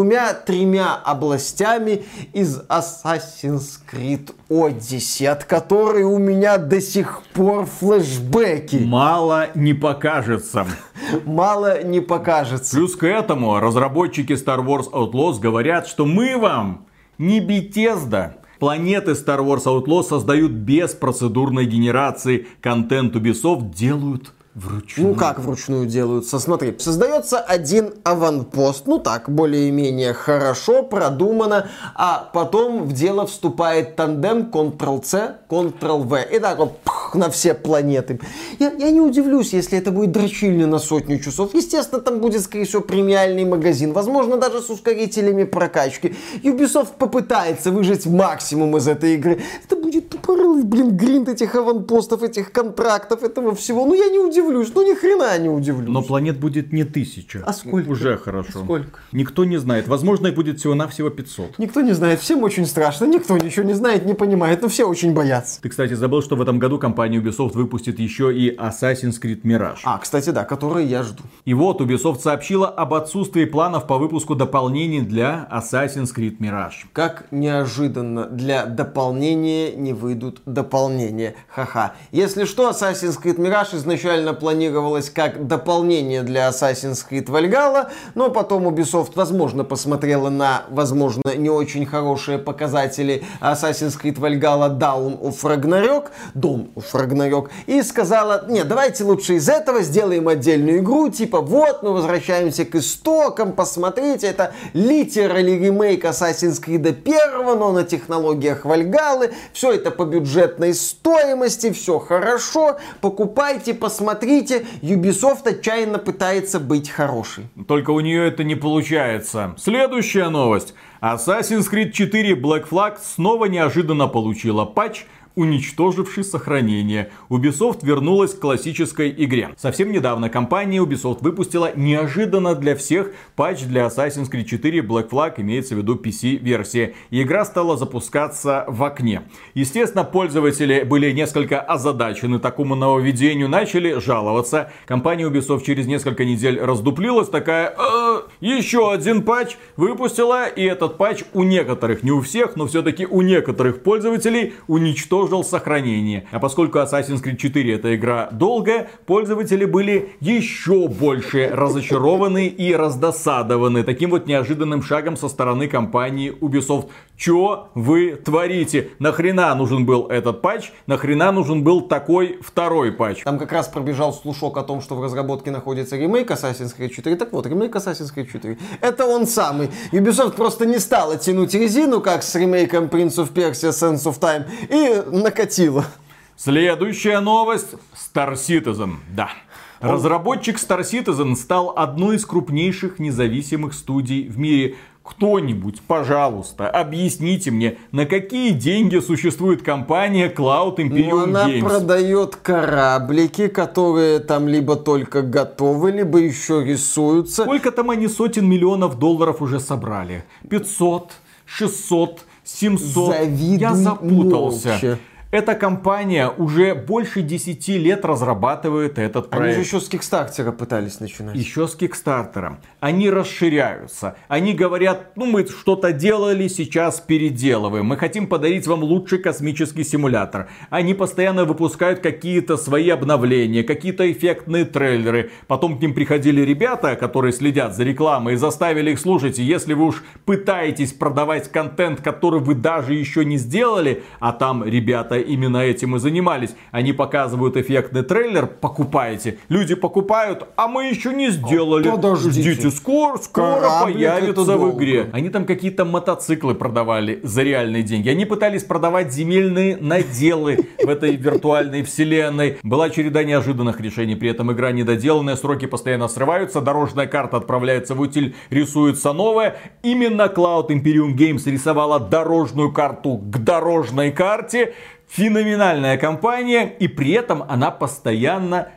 двумя-тремя областями из Assassin's Creed Odyssey, от которой у меня до сих пор флешбеки. Мало не покажется. Мало не покажется. Плюс к этому разработчики Star Wars Outlaws говорят, что мы вам не Bethesda. Планеты Star Wars Outlaws создают без процедурной генерации. Контент Ubisoft делают вручную. Ну как вручную делаются? Смотри, создается один аванпост, ну так, более-менее хорошо, продумано, а потом в дело вступает тандем контрол-C, контрол-V. И так вот пх, на все планеты. Я, я не удивлюсь, если это будет дрочильня на сотню часов. Естественно, там будет, скорее всего, премиальный магазин, возможно, даже с ускорителями прокачки. Ubisoft попытается выжать максимум из этой игры. Это будет тупорылый, блин, гринд этих аванпостов, этих контрактов, этого всего. Ну я не удивлюсь. Ну ни хрена не удивлюсь. Но планет будет не тысяча. А сколько? Уже хорошо. А сколько? Никто не знает. Возможно, их будет всего-навсего пятьсот. Никто не знает. Всем очень страшно. Никто ничего не знает, не понимает. Но все очень боятся. Ты, кстати, забыл, что в этом году компания Ubisoft выпустит еще и Assassin's Creed Mirage. А, кстати, да, который я жду. И вот Ubisoft сообщила об отсутствии планов по выпуску дополнений для Assassin's Creed Mirage. Как неожиданно, для дополнения не выйдут дополнения. Ха-ха. Если что, Assassin's Creed Mirage изначально планировалось как дополнение для Assassin's Creed Valhalla, но потом Ubisoft, возможно, посмотрела на, возможно, не очень хорошие показатели Assassin's Creed Valhalla Dawn of Ragnarok, Dawn of Ragnarok, и сказала: нет, давайте лучше из этого сделаем отдельную игру, типа вот, мы возвращаемся к истокам, посмотрите, это литерали ремейк Assassin's Creed первого, но на технологиях Valhalla, все это по бюджетной стоимости, все хорошо, покупайте, посмотрите. Смотрите, Ubisoft отчаянно пытается быть хорошей. Только у нее это не получается. Следующая новость. Assassin's Creed четыре Black Flag снова неожиданно получила патч, уничтоживший сохранение. Ubisoft вернулась к классической игре. Совсем недавно компания Ubisoft выпустила неожиданно для всех патч для Assassin's Creed четыре Black Flag, имеется в виду пи си-версия. И игра стала запускаться в окне. Естественно, пользователи были несколько озадачены такому нововведению, начали жаловаться. Компания Ubisoft через несколько недель раздуплилась, такая: э, еще один патч выпустила, и этот патч у некоторых, не у всех, но все-таки у некоторых пользователей уничтожил сохранение. А поскольку Assassin's Creed четыре это игра долгая, пользователи были еще больше разочарованы и раздосадованы таким вот неожиданным шагом со стороны компании Ubisoft. Чё вы творите? Нахрена нужен был этот патч? Нахрена нужен был такой второй патч? Там как раз пробежал слушок о том, что в разработке находится ремейк Assassin's Creed четыре. Так вот, ремейк Assassin's Creed четыре. Это он самый. Ubisoft просто не стала тянуть резину, как с ремейком Prince of Persia Sands of Time, и накатила. Следующая новость. Star Citizen. Да. Разработчик Star Citizen стал одной из крупнейших независимых студий в мире. Кто-нибудь, пожалуйста, объясните мне, на какие деньги существует компания Cloud Imperium Но она Games? продает кораблики, которые там либо только готовы, либо еще рисуются. Сколько там они сотен миллионов долларов уже собрали? пятьсот, шестьсот, семьсот. Завидный Я запутался. молча. Эта компания уже больше десяти лет разрабатывает этот проект. Они же еще с Кикстартера пытались начинать. Еще с Кикстартером. Они расширяются. Они говорят: ну мы что-то делали, сейчас переделываем. Мы хотим подарить вам лучший космический симулятор. Они постоянно выпускают какие-то свои обновления, какие-то эффектные трейлеры. Потом к ним приходили ребята, которые следят за рекламой, и заставили их: слушайте, если вы уж пытаетесь продавать контент, который вы даже еще не сделали, а там ребята именно этим и занимались. Они показывают эффектный трейлер, покупаете. Люди покупают, а мы еще не сделали. Подождите. Ждите, скоро, скоро Кораблик появится это в долго. игре. Они там какие-то мотоциклы продавали за реальные деньги. Они пытались продавать земельные наделы в этой виртуальной вселенной. Была череда неожиданных решений. При этом игра недоделанная, сроки постоянно срываются, дорожная карта отправляется в утиль, рисуется новая. Именно Cloud Imperium Games рисовала дорожную карту к дорожной карте. Феноменальная компания, и при этом она постоянно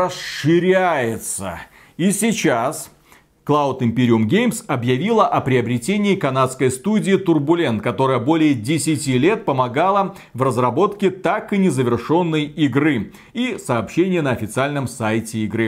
расширяется. И сейчас Cloud Imperium Games объявила о приобретении канадской студии Turbulent, которая более десяти лет помогала в разработке так и незавершенной игры. И сообщение на официальном сайте игры.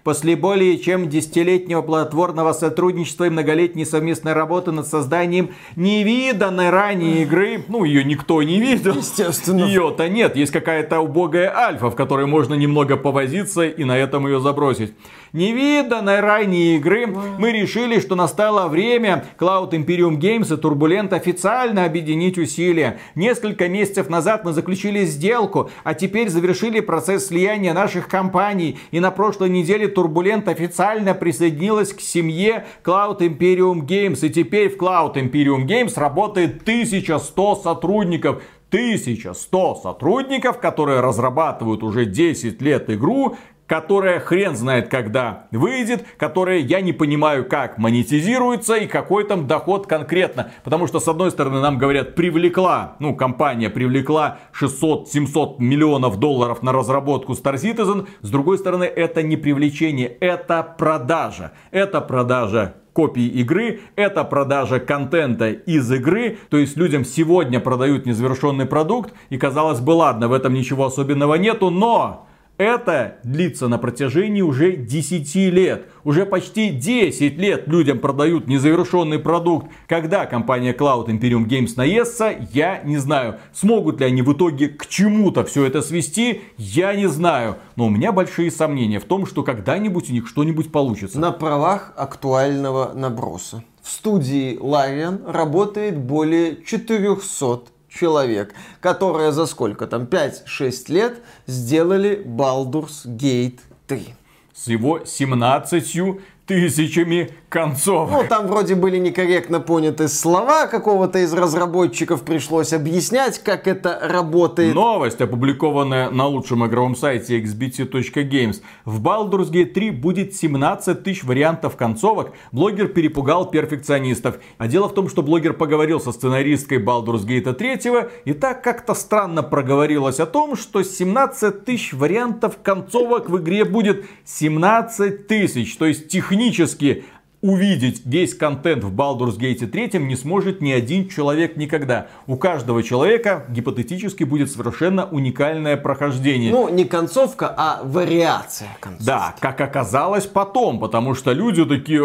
После более чем десятилетнего плодотворного сотрудничества и многолетней совместной работы над созданием невиданной ранее игры, ну, ее никто не видел. Естественно. Ее-то нет, есть какая-то убогая альфа, в которой можно немного повозиться и на этом ее забросить. Невиданной ранее игры мы решили, что настало время Cloud Imperium Games и Turbulent официально объединить усилия. Несколько месяцев назад мы заключили сделку, а теперь завершили процесс слияния наших компаний. И на прошлой неделе Turbulent официально присоединилась к семье Cloud Imperium Games. И теперь в Cloud Imperium Games работает тысяча сто сотрудников. тысяча сто сотрудников, которые разрабатывают уже десять лет игру, которая хрен знает когда выйдет, которая я не понимаю как монетизируется и какой там доход конкретно. Потому что с одной стороны нам говорят, привлекла, ну компания привлекла шестьсот-семьсот миллионов долларов на разработку Star Citizen. С другой стороны это не привлечение, это продажа. Это продажа копий игры, это продажа контента из игры, то есть людям сегодня продают незавершенный продукт, и казалось бы, ладно, в этом ничего особенного нету, но это длится на протяжении уже десяти лет. Уже почти десять лет людям продают незавершенный продукт. Когда компания Cloud Imperium Games наестся, я не знаю. Смогут ли они в итоге к чему-то все это свести, я не знаю. Но у меня большие сомнения в том, что когда-нибудь у них что-нибудь получится. На правах актуального наброса. В студии Larian работает более четырехсот человек, которые за сколько там, пять-шесть лет сделали Baldur's Gate три. С его семнадцатью тысячами концов. Ну, там вроде были некорректно поняты слова какого-то из разработчиков, пришлось объяснять, как это работает. Новость, опубликованная на лучшем игровом сайте икс би ти точка геймс. В Baldur's Gate три будет семнадцать тысяч вариантов концовок. Блогер перепугал перфекционистов. А дело в том, что блогер поговорил со сценаристкой Baldur's Gate три, и так как-то странно проговорилось о том, что семнадцать тысяч вариантов концовок в игре будет. семнадцать тысяч, то есть технически Технически увидеть весь контент в Baldur's Gate три не сможет ни один человек никогда. У каждого человека гипотетически будет совершенно уникальное прохождение. Ну, не концовка, а вариация концовки. Да, как оказалось потом, потому что люди такие,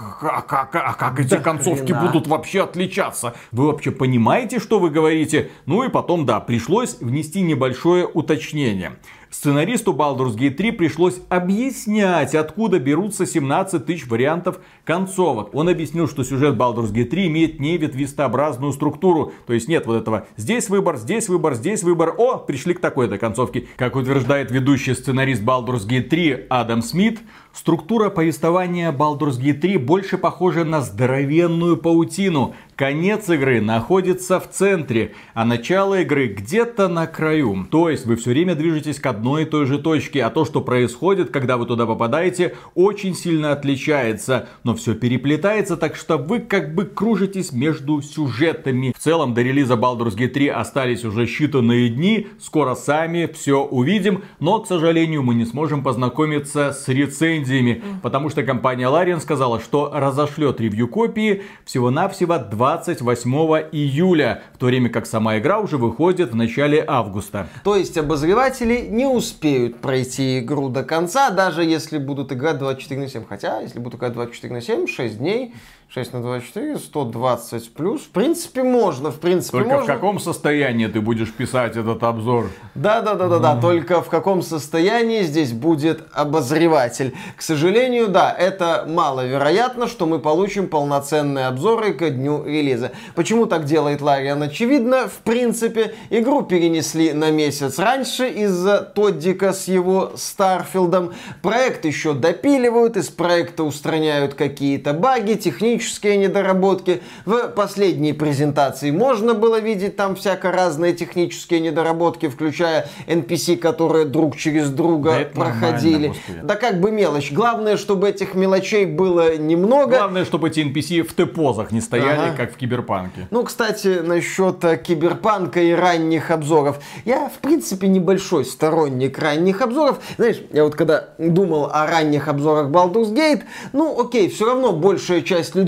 а как, а как эти да концовки хрена. будут вообще отличаться? Вы вообще понимаете, что вы говорите? Ну и потом, да, пришлось внести небольшое уточнение. Сценаристу Baldur's Gate три пришлось объяснять, откуда берутся семнадцать тысяч вариантов концовок. Он объяснил, что сюжет Baldur's Gate три имеет не ветвистообразную структуру. То есть нет вот этого здесь выбор, здесь выбор, здесь выбор. О, пришли к такой-то концовке. Как утверждает ведущий сценарист Baldur's Gate три Адам Смит, структура повествования Baldur's Gate три больше похожа на здоровенную паутину. Конец игры находится в центре, а начало игры где-то на краю. То есть вы все время движетесь к одной и той же точке, а то, что происходит, когда вы туда попадаете, очень сильно отличается. Но все переплетается, так что вы как бы кружитесь между сюжетами. В целом до релиза Baldur's Gate три остались уже считанные дни, скоро сами все увидим, но, к сожалению, мы не сможем познакомиться с рецензиями, потому что компания Larian сказала, что разошлет ревью-копии всего-навсего двадцать восьмого июля, в то время как сама игра уже выходит в начале августа. То есть обозреватели не успеют пройти игру до конца, даже если будут играть двадцать четыре на семь. Хотя, если будут играть двадцать четыре на семь, шесть дней, шесть на двадцать четыре, сто двадцать плюс. В принципе, можно, в принципе, Только можно. в каком состоянии ты будешь писать этот обзор? Да-да-да-да-да, mm. только в каком состоянии здесь будет обозреватель. К сожалению, да, это маловероятно, что мы получим полноценные обзоры ко дню релиза. Почему так делает Larian? Очевидно, в принципе, игру перенесли на месяц раньше из-за Тоддика с его Старфилдом. Проект еще допиливают, из проекта устраняют какие-то баги, технические недоработки. В последней презентации можно было видеть там всяко разные технические недоработки, включая эн пи си, которые друг через друга да проходили. Да как бы мелочь. Главное, чтобы этих мелочей было немного. Главное, чтобы эти эн пи си в Т-позах не стояли, ага. как в Киберпанке. Ну, кстати, насчет Киберпанка и ранних обзоров. Я, в принципе, небольшой сторонник ранних обзоров. Знаешь, я вот когда думал о ранних обзорах Baldur's Gate, ну, окей, все равно большая часть людей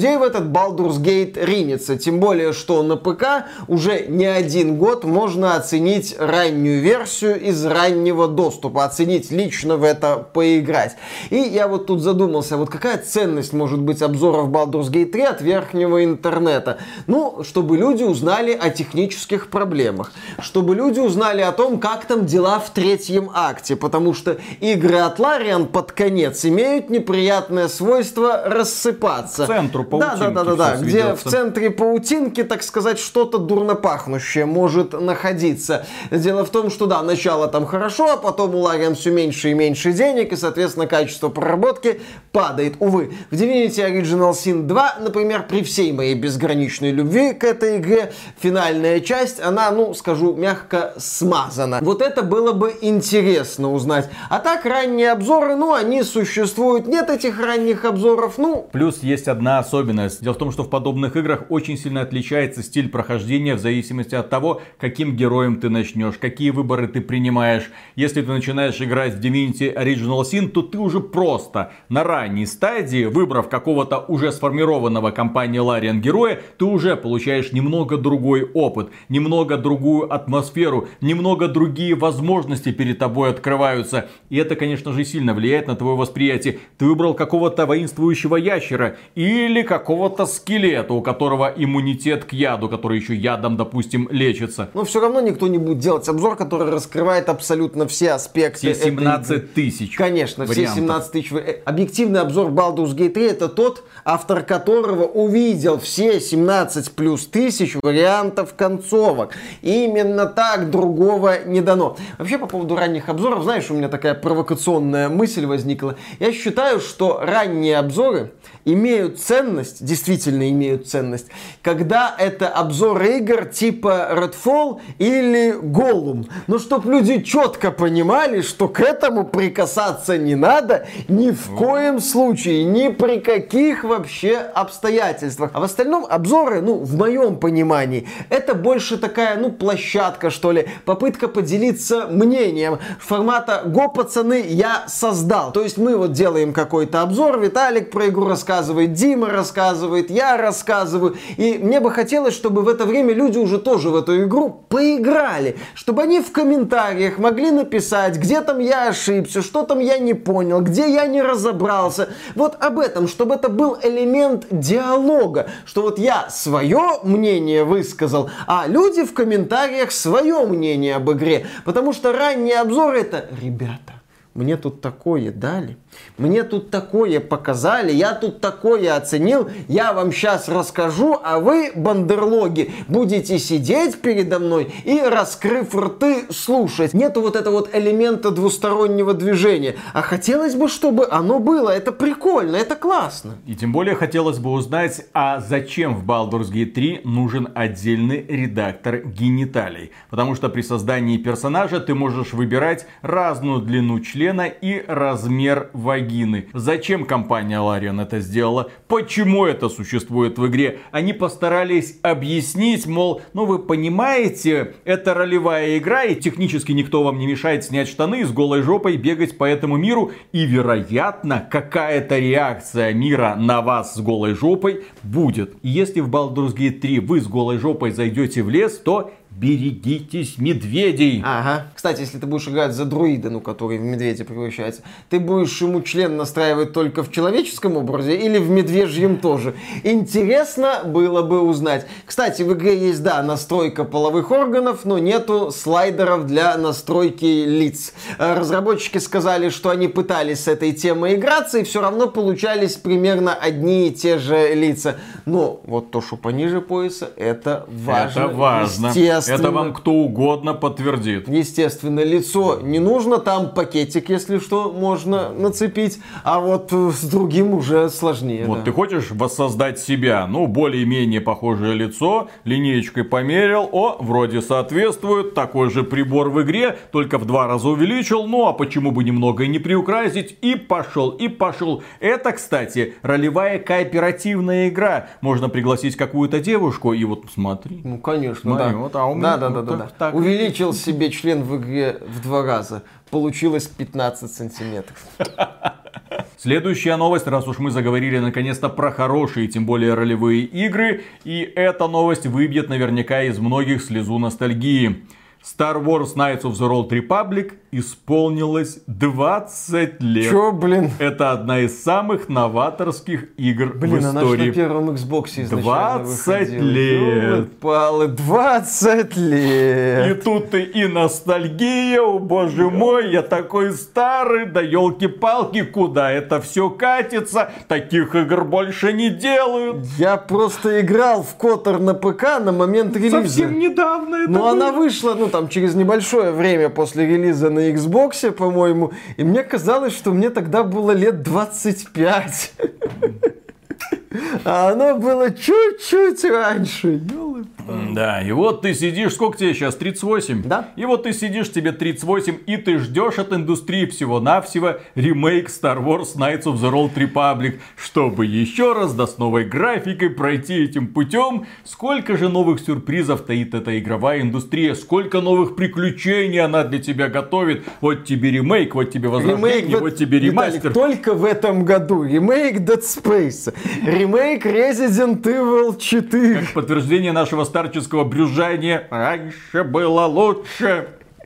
людей в этот Baldur's Gate ринется. Тем более, что на ПК уже не один год можно оценить раннюю версию из раннего доступа. Оценить лично в это поиграть. И я вот тут задумался, вот какая ценность может быть обзоров Baldur's Gate три от верхнего интернета? Ну, чтобы люди узнали о технических проблемах. Чтобы люди узнали о том, как там дела в третьем акте. Потому что игры от Larian под конец имеют неприятное свойство рассыпаться. К центру паутинки. Да, да, да, да, да. Где в центре паутинки, так сказать, что-то дурно пахнущее может находиться. Дело в том, что да, начало там хорошо, а потом у Larian все меньше и меньше денег, и, соответственно, качество проработки падает. Увы, в Divinity Original Sin два, например, при всей моей безграничной любви к этой игре, финальная часть, она, ну, скажу мягко, смазана. Вот это было бы интересно узнать. А так, ранние обзоры, ну, они существуют. Нет этих ранних обзоров, ну... Плюс есть одна особенность. Дело в том, что в подобных играх очень сильно отличается стиль прохождения в зависимости от того, каким героем ты начнешь, какие выборы ты принимаешь. Если ты начинаешь играть в Divinity Original Sin, то ты уже просто на ранней стадии, выбрав какого-то уже сформированного компанией Larian героя, ты уже получаешь немного другой опыт, немного другую атмосферу, немного другие возможности перед тобой открываются. И это, конечно же, сильно влияет на твое восприятие. Ты выбрал какого-то воинствующего ящера или какого-то скелета, у которого иммунитет к яду, который еще ядом, допустим, лечится. Но все равно никто не будет делать обзор, который раскрывает абсолютно все аспекты. Все семнадцать тысяч. Конечно, вариантов. все семнадцать тысяч. Объективный обзор Baldur's Gate три — это тот, автор которого увидел все семнадцать плюс тысяч вариантов концовок. Именно так, другого не дано. Вообще, по поводу ранних обзоров, знаешь, у меня такая провокационная мысль возникла. Я считаю, что ранние обзоры имеют ценность, действительно имеют ценность, когда это обзоры игр типа Redfall или Gollum. Но чтоб люди четко понимали, что к этому прикасаться не надо ни в коем случае, ни при каких вообще обстоятельствах. А в остальном обзоры, ну, в моем понимании, это больше такая, ну, площадка, что ли, попытка поделиться мнением формата «Го, пацаны, я создал». То есть мы вот делаем какой-то обзор, Виталик про игру рассказывает, Дима рассказывает, я рассказываю. И мне бы хотелось, чтобы в это время люди уже тоже в эту игру поиграли. Чтобы они в комментариях могли написать, где там я ошибся, что там я не понял, где я не разобрался. Вот об этом, чтобы это был элемент диалога. Что вот я свое мнение высказал, а люди в комментариях свое мнение об игре. Потому что ранние обзоры — это, ребята, мне тут такое дали, мне тут такое показали, я тут такое оценил, я вам сейчас расскажу, а вы, бандерлоги, будете сидеть передо мной и, раскрыв рты, слушать. Нету вот этого вот элемента двустороннего движения. А хотелось бы, чтобы оно было. Это прикольно, это классно. И тем более хотелось бы узнать, а зачем в Baldur's Gate три нужен отдельный редактор гениталий? Потому что при создании персонажа ты можешь выбирать разную длину члена и размер вагины. Зачем компания Larian это сделала? Почему это существует в игре? Они постарались объяснить, мол, ну вы понимаете, это ролевая игра, и технически никто вам не мешает снять штаны и с голой жопой бегать по этому миру. И, вероятно, какая-то реакция мира на вас с голой жопой будет. И если в Baldur's Gate три вы с голой жопой зайдете в лес, то берегитесь медведей. Ага. Кстати, если ты будешь играть за друида, ну, который в медведя превращается, ты будешь ему член настраивать только в человеческом образе или в медвежьем тоже? Интересно было бы узнать. Кстати, в игре есть, да, настройка половых органов, но нету слайдеров для настройки лиц. Разработчики сказали, что они пытались с этой темой играться, и все равно получались примерно одни и те же лица. Но вот то, что пониже пояса, это важно. Это важно. Это вам кто угодно подтвердит. Естественно, лицо не нужно, там пакетик, если что, можно нацепить, а вот с другим уже сложнее. Вот да. Ты хочешь воссоздать себя, ну, более-менее похожее лицо, линеечкой померил, о, вроде соответствует, такой же прибор в игре, только в два раза увеличил, ну, а почему бы немного и не приукрасить, и пошел, и пошел. Это, кстати, ролевая кооперативная игра. Можно пригласить какую-то девушку, и вот смотри. Ну, конечно, смотри, да. Вот, а у Да, меня да, вот да, да, так, да. так. Увеличил себе член в игре в два раза. Получилось пятнадцать сантиметров. Следующая новость, раз уж мы заговорили наконец-то про хорошие, тем более ролевые игры. И эта новость выбьет наверняка из многих слезу ностальгии. Star Wars Knights of the Old Republic исполнилось двадцать лет. Чё, блин? Это одна из самых новаторских игр блин, в истории. Блин, она же на первом Xbox изначально двадцать выходила. лет. Палы, двадцать лет. И тут и, и ностальгия, о боже мой, я такой старый, да елки-палки, куда это все катится? Таких игр больше не делают. Я просто играл в Котор на ПК на момент релиза. Совсем недавно это Но было. она вышла, ну там через небольшое время после релиза на Xbox, по-моему, и мне казалось, что мне тогда было лет двадцать пять. А оно было чуть-чуть раньше. Да, и вот ты сидишь, сколько тебе сейчас, тридцать восемь? Да. И вот ты сидишь, тебе тридцать восемь, и ты ждешь от индустрии всего-навсего ремейк Star Wars Knights of the Old Republic, чтобы еще раз, да с новой графикой, пройти этим путем. Сколько же новых сюрпризов таит эта игровая индустрия, сколько новых приключений она для тебя готовит. Вот тебе ремейк, вот тебе возрождение, Ремейк, вот тебе ремастер. Виталик, только в этом году ремейк Dead Space, ремейк Resident Evil четыре. Как подтверждение нашего старческого брюзжания, раньше было лучше.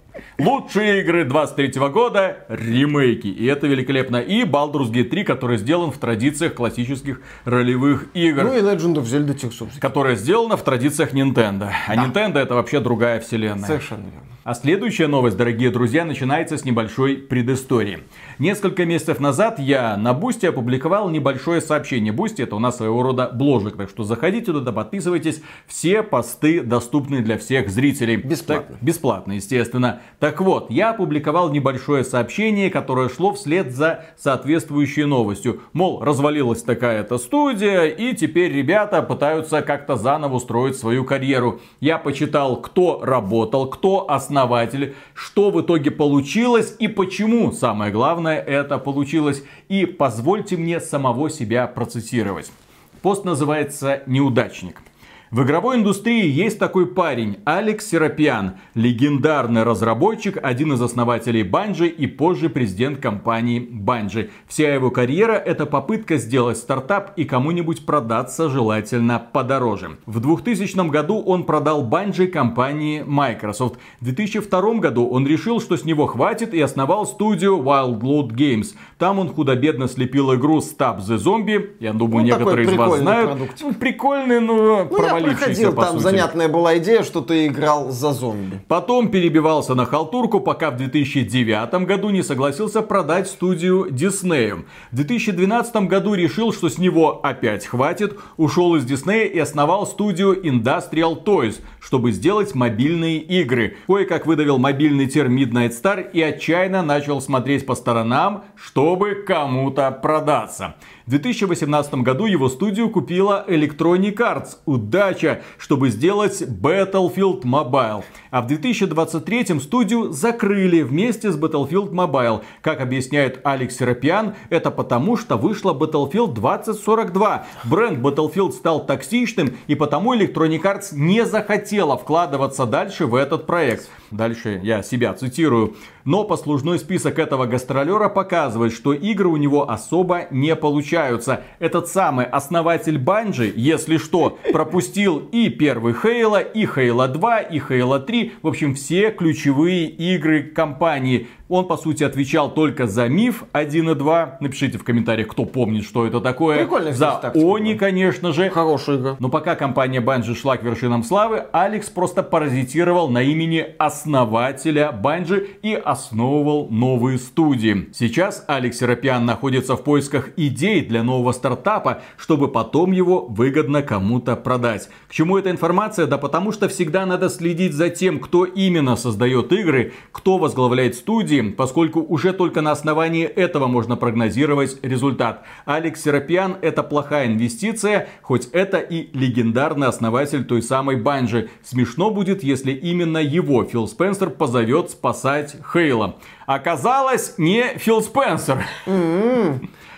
Лучшие игры двадцать третьего года, ремейки. И это великолепно. И Baldur's Gate три, который сделан в традициях классических ролевых игр. Ну и Legend of Zelda Tears of the Kingdom. Которая сделана в традициях Nintendo. А Да. Nintendo это вообще другая вселенная. Совершенно верно. А следующая новость, дорогие друзья, начинается с небольшой предыстории. Несколько месяцев назад я на Boosty опубликовал небольшое сообщение. Boosty это у нас своего рода бложик, так что заходите туда, подписывайтесь. Все посты доступны для всех зрителей. Бесплатно. Так, бесплатно, естественно. Так вот, я опубликовал небольшое сообщение, которое шло вслед за соответствующей новостью. Мол, развалилась такая-то студия, и теперь ребята пытаются как-то заново устроить свою карьеру. Я почитал, кто работал, кто основатель, что в итоге получилось и почему, самое главное, это получилось. И позвольте мне самого себя процитировать. Пост называется «Неудачник». В игровой индустрии есть такой парень, Алекс Серапиан, легендарный разработчик, один из основателей Bungie и позже президент компании Bungie. Вся его карьера это попытка сделать стартап и кому-нибудь продаться, желательно подороже. В двухтысячном году он продал Bungie компании Microsoft. В две тысячи втором году он решил, что с него хватит, и основал студию Wildload Games. Там он худо-бедно слепил игру Stab the Zombie. Я думаю, Ну, некоторые из вас знают. продукт. Ну, прикольный, но Ну, я проходил, по там сути. занятная была идея, что ты играл за зомби. Потом перебивался на халтурку, пока в две тысячи девятом году не согласился продать студию Disney. В две тысячи двенадцатом году решил, что с него опять хватит, ушел из Disney и основал студию Industrial Toys, чтобы сделать мобильные игры. Кое-как выдавил мобильный терм Midnight Star и отчаянно начал смотреть по сторонам, чтобы кому-то продаться. В две тысячи восемнадцатом году его студию купила Electronic Arts. Удача, чтобы сделать Battlefield Mobile. А в две тысячи двадцать третьем студию закрыли вместе с Battlefield Mobile. Как объясняет Алекс Серапиан, это потому, что вышла Battlefield двадцать сорок два. Бренд Battlefield стал токсичным, и потому Electronic Arts не захотела вкладываться дальше в этот проект. Дальше я себя цитирую. Но послужной список этого гастролера показывает, что игры у него особо не получаются. Этот самый основатель Bungie, если что, пропустил и первый Halo, и Halo два, и Halo три. В общем, все ключевые игры компании. Он, по сути, отвечал только за Миф один и два. Напишите в комментариях, кто помнит, что это такое. Прикольная, за кстати, тактика, Они, да. конечно же. Хорошая игра. Но пока компания Bungie шла к вершинам славы, Алекс просто паразитировал на имени основателя Bungie и основывал новые студии. Сейчас Алекс Серапиан находится в поисках идей для нового стартапа, чтобы потом его выгодно кому-то продать. К чему эта информация? Да потому что всегда надо следить за тем, кто именно создает игры, кто возглавляет студии, поскольку уже только на основании этого можно прогнозировать результат. Алекс Серапиан это плохая инвестиция, хоть это и легендарный основатель той самой Bungie. Смешно будет, если именно его Фил Спенсер позовет спасать Хейла. Оказалось, не Фил Спенсер. Mm-hmm.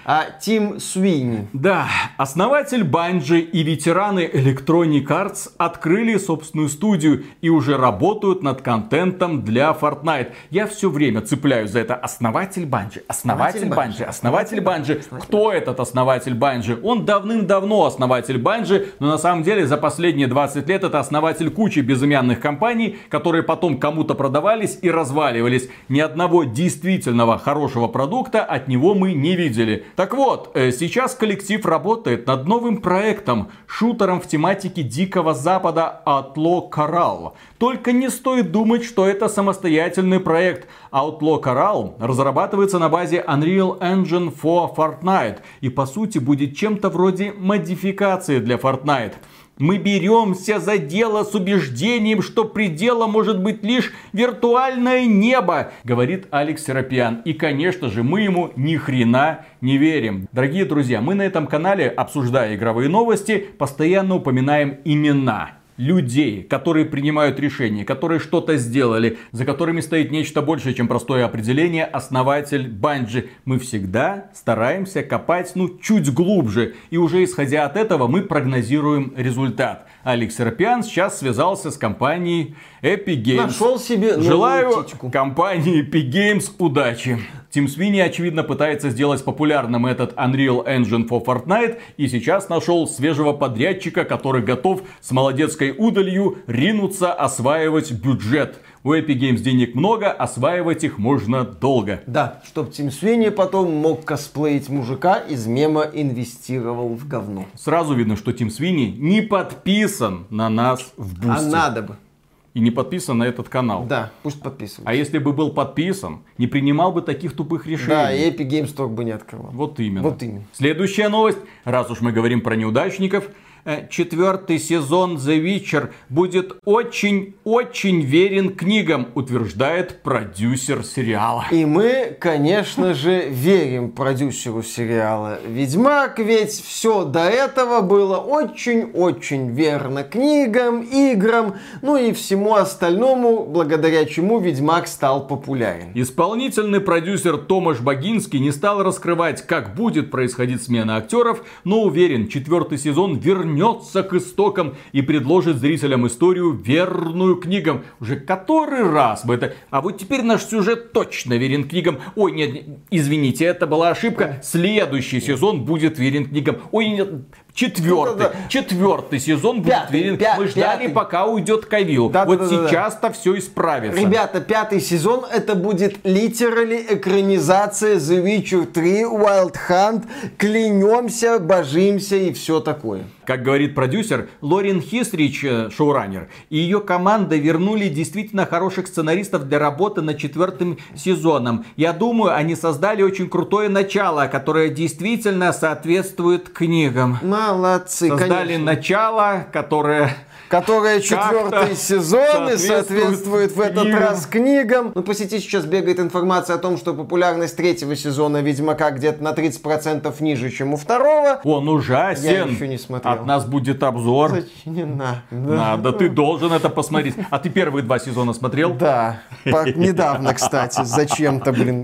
а Тим Суини. Да, основатель Bungie и ветераны Electronic Arts открыли собственную студию и уже работают над контентом для Fortnite. Я все время цепляюсь за это. Основатель Bungie, основатель Bungie, основатель Bungie. Кто этот основатель Bungie? Он давным-давно основатель Bungie, но на самом деле за последние двадцать лет это основатель кучи безымянных компаний, которые потом кому-то продавались и разваливались. Ни одного действительного хорошего продукта от него мы не видели. Так вот, сейчас коллектив работает над новым проектом, шутером в тематике Дикого Запада Outlaw Corral. Только не стоит думать, что это самостоятельный проект. Outlaw Corral разрабатывается на базе Unreal Engine for Fortnite и по сути будет чем-то вроде модификации для Fortnite. Мы беремся за дело с убеждением, что пределом может быть лишь виртуальное небо, говорит Алекс Серапиан. И, конечно же, мы ему ни хрена не верим. Дорогие друзья, мы на этом канале, обсуждая игровые новости, постоянно упоминаем имена людей, которые принимают решения, которые что-то сделали, за которыми стоит нечто большее, чем простое определение основатель Bungie. Мы всегда стараемся копать, ну, чуть глубже. И уже исходя от этого мы прогнозируем результат. Алекс Серапиан сейчас связался с компанией Epic Games. Нашел себе новую Желаю птичку. компании Epic Games удачи. Тим Суини, очевидно, пытается сделать популярным этот Unreal Engine for Fortnite. И сейчас нашел свежего подрядчика, который готов с молодецкой удалью ринуться осваивать бюджет. У Epic Games денег много, осваивать их можно долго. Да, чтоб Тим Суини потом мог косплеить мужика из мема «Инвестировал в говно». Сразу видно, что Тим Суини не подписан на нас в Бусти. А надо бы. И не подписан на этот канал. Да, пусть подписывается. А если бы был подписан, не принимал бы таких тупых решений. Да, и Epic Games Store бы не открывал. Вот именно. Вот именно. Следующая новость. Раз уж мы говорим про неудачников. Четвертый сезон The Witcher будет очень-очень верен книгам, утверждает продюсер сериала. И мы, конечно же, верим продюсеру сериала «Ведьмак», ведь все до этого было очень-очень верно книгам, играм, ну и всему остальному, благодаря чему «Ведьмак» стал популярен. Исполнительный продюсер Томаш Багинский не стал раскрывать, как будет происходить смена актеров, но уверен, четвертый сезон вернется к истокам и предложит зрителям историю, верную книгам. Уже который раз бы это... А вот теперь наш сюжет точно верен книгам. Ой, нет, извините, это была ошибка. Следующий сезон будет верен книгам. Ой, нет... Четвертый, да, да, да. Четвертый сезон будет пятый, верен. пя- Мы ждали, пятый. пока уйдет Кавилл. Да, вот да, да, сейчас-то да. все исправится. Ребята, пятый сезон это будет literally экранизация The Witcher три, Wild Hunt. Клянемся, божимся и все такое. Как говорит продюсер, Лорен Хисрич, шоураннер, и ее команда вернули действительно хороших сценаристов для работы над четвертым сезоном. Я думаю, они создали очень крутое начало, которое действительно соответствует книгам. Молодцы, Создали конечно. начало, которое... Которая четвертый сезон и соответствует в этот книгам. раз книгам. Ну, по сети сейчас бегает информация о том, что популярность третьего сезона Ведьмака где-то на тридцать процентов ниже, чем у второго. Он ужасен. Я еще не смотрел. От нас будет обзор. Зачем? Не надо. Надо, ты должен это посмотреть. А ты первые два сезона смотрел? Да, по- недавно, кстати, зачем-то, блин.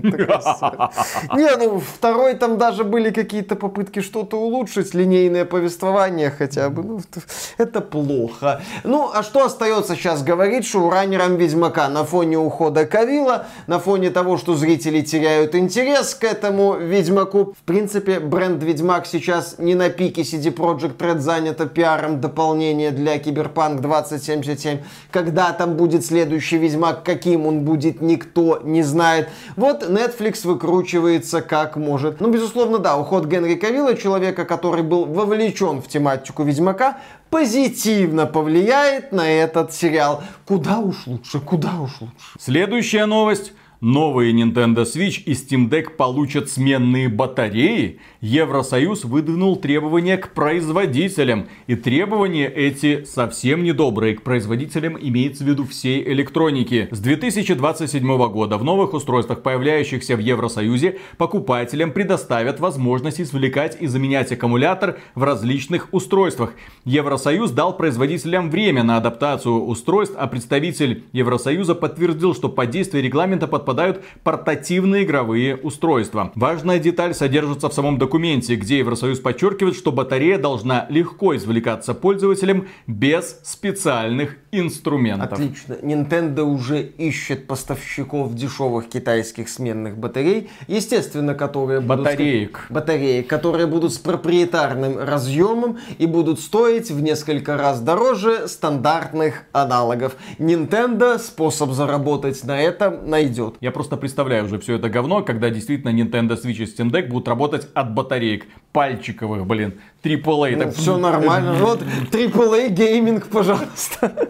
Не, ну, второй там даже были какие-то попытки что-то улучшить, линейное повествование хотя бы. Ну, это плохо. Ну, а что остается сейчас говорить шоураннерам Ведьмака на фоне ухода Кавилла, на фоне того, что зрители теряют интерес к этому Ведьмаку. В принципе, бренд Ведьмак сейчас не на пике. си ди Projekt Red занята пиаром дополнения для Cyberpunk двадцать семьдесят семь. Когда там будет следующий Ведьмак, каким он будет, никто не знает. Вот Netflix выкручивается как может. Ну, безусловно, да, уход Генри Кавилла, человека, который был вовлечен в тематику Ведьмака, позитивно повлияет на этот сериал. Куда уж лучше, куда уж лучше. Следующая новость. Новые Nintendo Switch и Steam Deck получат сменные батареи. Евросоюз выдвинул требования к производителям. И требования эти совсем недобрые. К производителям имеется в виду всей электроники. С две тысячи двадцать седьмого года в новых устройствах, появляющихся в Евросоюзе, покупателям предоставят возможность извлекать и заменять аккумулятор в различных устройствах. Евросоюз дал производителям время на адаптацию устройств, а представитель Евросоюза подтвердил, что под действие регламента под попадают портативные игровые устройства. Важная деталь содержится в самом документе, где Евросоюз подчеркивает, что батарея должна легко извлекаться пользователям без специальных инструментов. Отлично. Nintendo уже ищет поставщиков дешевых китайских сменных батарей, естественно, которые Батареек. будут... Батареек, которые будут с проприетарным разъемом и будут стоить в несколько раз дороже стандартных аналогов. Nintendo способ заработать на этом найдет. Я просто представляю уже все это говно, когда действительно Nintendo Switch и Steam Deck будут работать от батареек пальчиковых, блин, трипл эй. Ну, все нормально. Вот трипл эй гейминг, пожалуйста.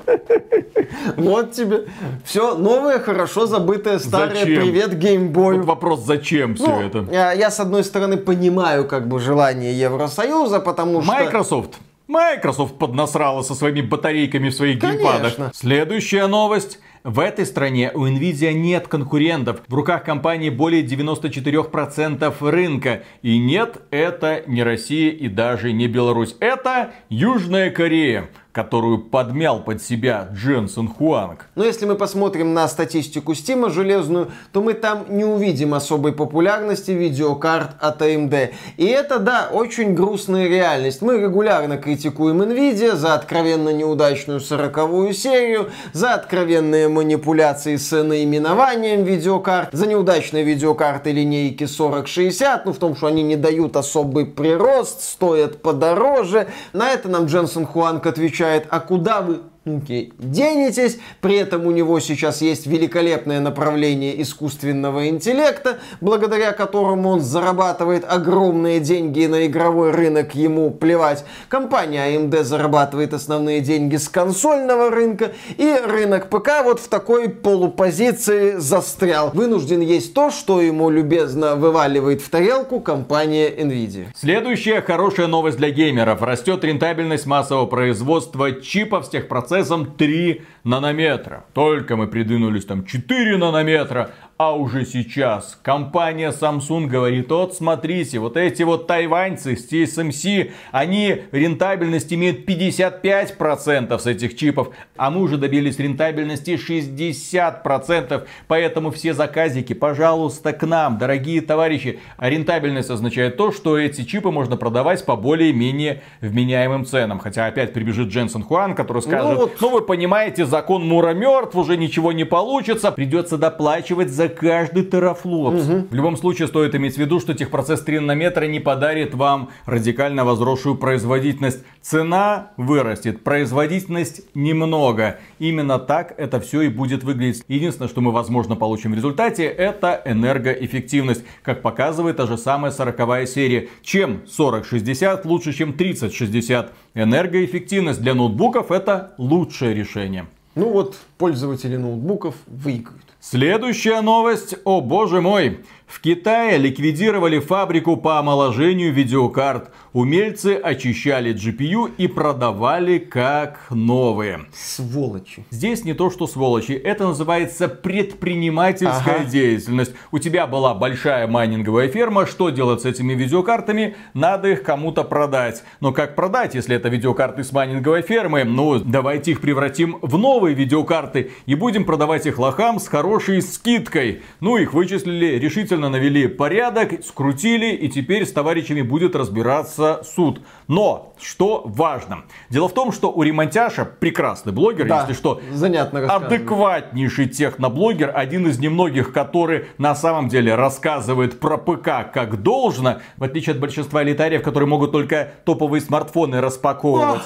Вот тебе. Все новое, хорошо забытое, старое. Зачем? Привет, геймбой. Вот вопрос, зачем все Ну, это? Я, я, с одной стороны, понимаю как бы желание Евросоюза, потому что... Microsoft. Microsoft поднасрала со своими батарейками в своих Конечно. геймпадах. Следующая новость. В этой стране у Nvidia нет конкурентов. В руках компании более девяносто четыре процента рынка. И нет, это не Россия и даже не Беларусь. Это Южная Корея, которую подмял под себя Дженсен Хуанг. Но если мы посмотрим на статистику Стима железную, то мы там не увидим особой популярности видеокарт от эй эм ди. И это, да, очень грустная реальность. Мы регулярно критикуем Nvidia за откровенно неудачную сороковую серию, за откровенные манипуляции с наименованием видеокарт, за неудачные видеокарты линейки сорок шестьдесят, ну в том, что они не дают особый прирост, стоят подороже. На это нам Дженсен Хуанг отвечает: а куда вы, окей, денетесь? При этом у него сейчас есть великолепное направление искусственного интеллекта, благодаря которому он зарабатывает огромные деньги на игровой рынок, ему плевать. Компания эй эм ди зарабатывает основные деньги с консольного рынка, и рынок ПК вот в такой полупозиции застрял. Вынужден есть то, что ему любезно вываливает в тарелку компания Nvidia. Следующая хорошая новость для геймеров. Растет рентабельность массового производства чипов с техпроцессом три нанометра. Только мы придвинулись там четыре нанометра, а уже сейчас компания Samsung говорит: вот смотрите, вот эти вот тайваньцы с ти эс эм си, они рентабельность имеют пятьдесят пять процентов с этих чипов, а мы уже добились рентабельности шестьдесят процентов. Поэтому все заказики, пожалуйста, к нам, дорогие товарищи. А рентабельность означает то, что эти чипы можно продавать по более-менее вменяемым ценам. Хотя опять прибежит Дженсен Хуан, который скажет: ну, вот... ну вы понимаете, закон Мура мертв, уже ничего не получится, придется доплачивать за каждый терафлопс. Угу. В любом случае стоит иметь в виду, что техпроцесс три нанометра не подарит вам радикально возросшую производительность. Цена вырастет, производительность немного. Именно так это все и будет выглядеть. Единственное, что мы, возможно, получим в результате, это энергоэффективность. Как показывает та же самая сороковая серия. Чем сорок шестьдесят лучше, чем тридцать шестьдесят? Энергоэффективность для ноутбуков — это лучшее решение. Ну вот, пользователи ноутбуков выиграют. Следующая новость. О боже мой. В Китае ликвидировали фабрику по омоложению видеокарт. Умельцы очищали джи пи ю и продавали как новые. Сволочи. Здесь не то, что сволочи. Это называется предпринимательская ага. деятельность. У тебя была большая майнинговая ферма. Что делать с этими видеокартами? Надо их кому-то продать. Но как продать, если это видеокарты с майнинговой фермы? Ну, давайте их превратим в новые видеокарты. И будем продавать их лохам с хорошей скидкой. Ну, их вычислили, решительно навели порядок, скрутили, и теперь с товарищами будет разбираться суд. Но, что важно. Дело в том, что у Ремонтяша, прекрасный блогер, да, если что, занятно адекватнейший техноблогер, один из немногих, который на самом деле рассказывает про ПК как должно, в отличие от большинства элитариев, которые могут только топовые смартфоны распаковывать.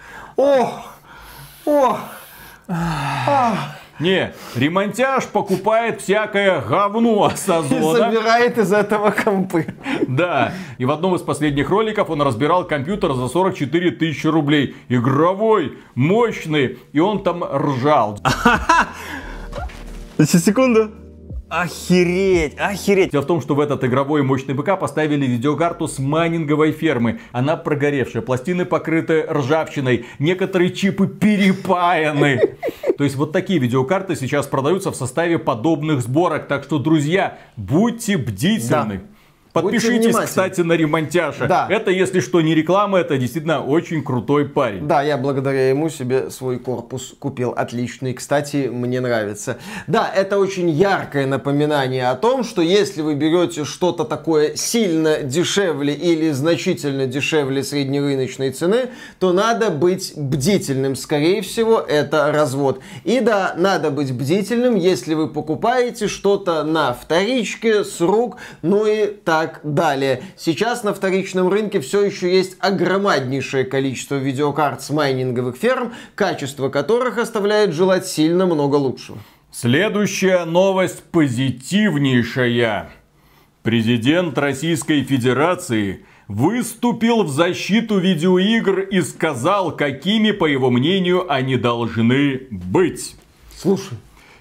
Ох! Ох! Ох! Не, Ремонтяж покупает всякое говно с Озона. И собирает из этого компы. Да, и в одном из последних роликов он разбирал компьютер за сорок четыре тысячи рублей. Игровой, мощный, и он там ржал. Сейчас, секунду. Охереть, охереть. Дело в том, что в этот игровой мощный ПК поставили видеокарту с майнинговой фермы. Она прогоревшая, пластины покрыты ржавчиной, некоторые чипы перепаяны. То есть вот такие видеокарты сейчас продаются в составе подобных сборок. Так что, друзья, будьте бдительны. Да. Подпишитесь, кстати, на Ремонтяша. Да. Это, если что, не реклама, это действительно очень крутой парень. Да, я благодаря ему себе свой корпус купил. Отличный. Кстати, мне нравится. Да, это очень яркое напоминание о том, что если вы берете что-то такое сильно дешевле или значительно дешевле среднерыночной цены, то надо быть бдительным. Скорее всего, это развод. И да, надо быть бдительным, если вы покупаете что-то на вторичке, с рук, ну и так далее. Сейчас на вторичном рынке все еще есть огромнейшее количество видеокарт с майнинговых ферм, качество которых оставляет желать сильно много лучшего. Следующая новость позитивнейшая. Президент Российской Федерации выступил в защиту видеоигр и сказал, какими, по его мнению, они должны быть. Слушай.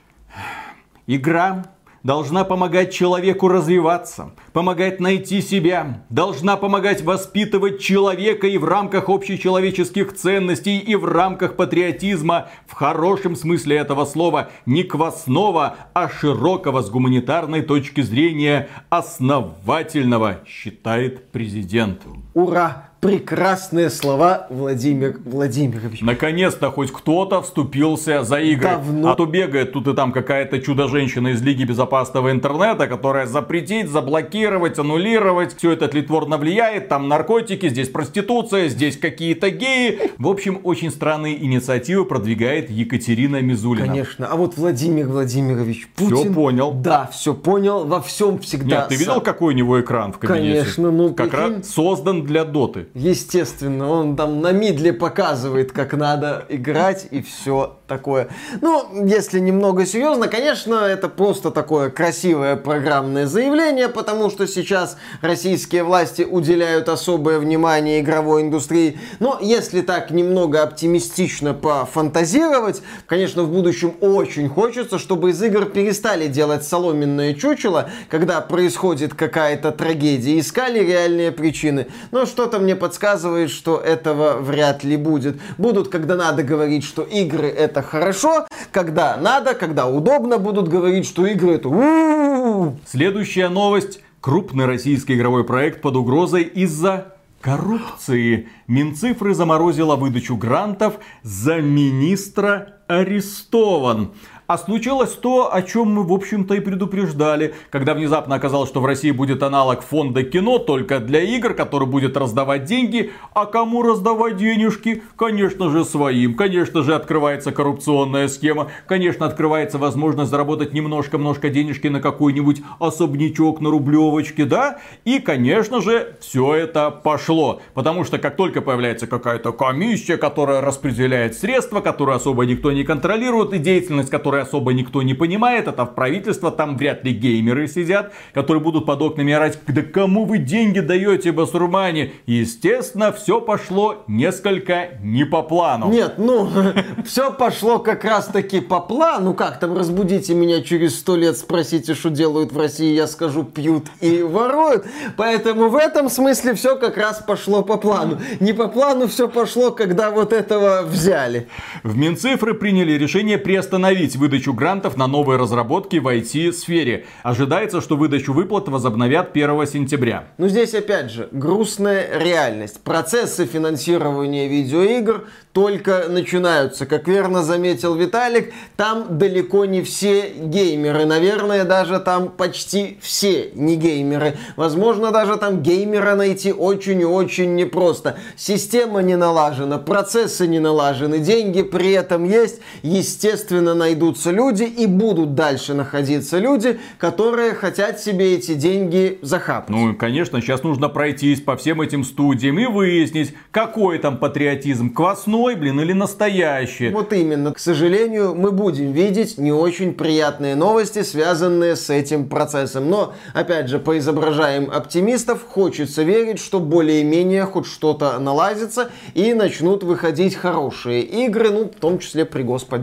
Игра должна помогать человеку развиваться, помогать найти себя, должна помогать воспитывать человека и в рамках общечеловеческих ценностей, и в рамках патриотизма, в хорошем смысле этого слова, не квасного, а широкого с гуманитарной точки зрения, основательного, считает президент. Ура! Прекрасные слова, Владимир Владимирович. Наконец-то хоть кто-то вступился за игры. Давно. А то бегает тут и там какая-то чудо-женщина из Лиги безопасного интернета, которая запретить, заблокировать, аннулировать. Все это тлетворно влияет. Там наркотики, здесь проституция, здесь какие-то геи. В общем, очень странные инициативы продвигает Екатерина Мизулина. Конечно. А вот Владимир Владимирович Путин... Все понял. Да, все понял. Во всем всегда... Нет, ты видел, какой у него экран в кабинете? Конечно. Ну, как прикинь... раз создан для доты. Естественно, он там на мидле показывает, как надо играть и все такое. Ну, если немного серьезно, конечно, это просто такое красивое программное заявление, потому что сейчас российские власти уделяют особое внимание игровой индустрии. Но если так немного оптимистично пофантазировать, конечно, в будущем очень хочется, чтобы из игр перестали делать соломенное чучело, когда происходит какая-то трагедия, искали реальные причины. Но что-то мне подсказывает, что этого вряд ли будет. Будут, когда надо, говорить, что игры это хорошо, когда надо, когда удобно, будут говорить, что игры это у-у-у. Следующая новость. Крупный российский игровой проект под угрозой из-за коррупции. Минцифры заморозила выдачу грантов, за министра арестован. А случилось то, о чем мы, в общем-то, и предупреждали. Когда внезапно оказалось, что в России будет аналог фонда кино только для игр, который будет раздавать деньги. А кому раздавать денежки? Конечно же, своим. Конечно же, открывается коррупционная схема. Конечно, открывается возможность заработать немножко-немножко денежки на какой-нибудь особнячок на Рублевочке, да? И, конечно же, все это пошло. Потому что, как только появляется какая-то комиссия, которая распределяет средства, которую особо никто не контролирует, и деятельность, которая особо никто не понимает, это в правительство, там вряд ли геймеры сидят, которые будут под окнами орать: да кому вы деньги даете, басурмане? Естественно, все пошло несколько не по плану. Нет, ну, все пошло как раз таки по плану. Как там, разбудите меня через сто лет, спросите, что делают в России, я скажу: пьют и воруют. Поэтому в этом смысле все как раз пошло по плану. Не по плану все пошло, когда вот этого взяли. В Минцифры приняли решение приостановить выдачу грантов на новые разработки в ай ти-сфере. Ожидается, что выдачу выплат возобновят первого сентября. Но здесь опять же грустная реальность. Процессы финансирования видеоигр только начинаются. Как верно заметил Виталик, там далеко не все геймеры. Наверное, даже там почти все не геймеры. Возможно, даже там геймера найти очень и очень непросто. Система не налажена, процессы не налажены, деньги при этом есть. Естественно, найдутся люди и будут дальше находиться люди, которые хотят себе эти деньги захапать. Ну, конечно, сейчас нужно пройтись по всем этим студиям и выяснить, какой там патриотизм, квасной, блин, или настоящий. Вот именно. К сожалению, мы будем видеть не очень приятные новости, связанные с этим процессом. Но, опять же, поизображаем оптимистов, хочется верить, что более-менее хоть что-то наладится и начнут выходить хорошие игры, ну, в том числе при господдержке.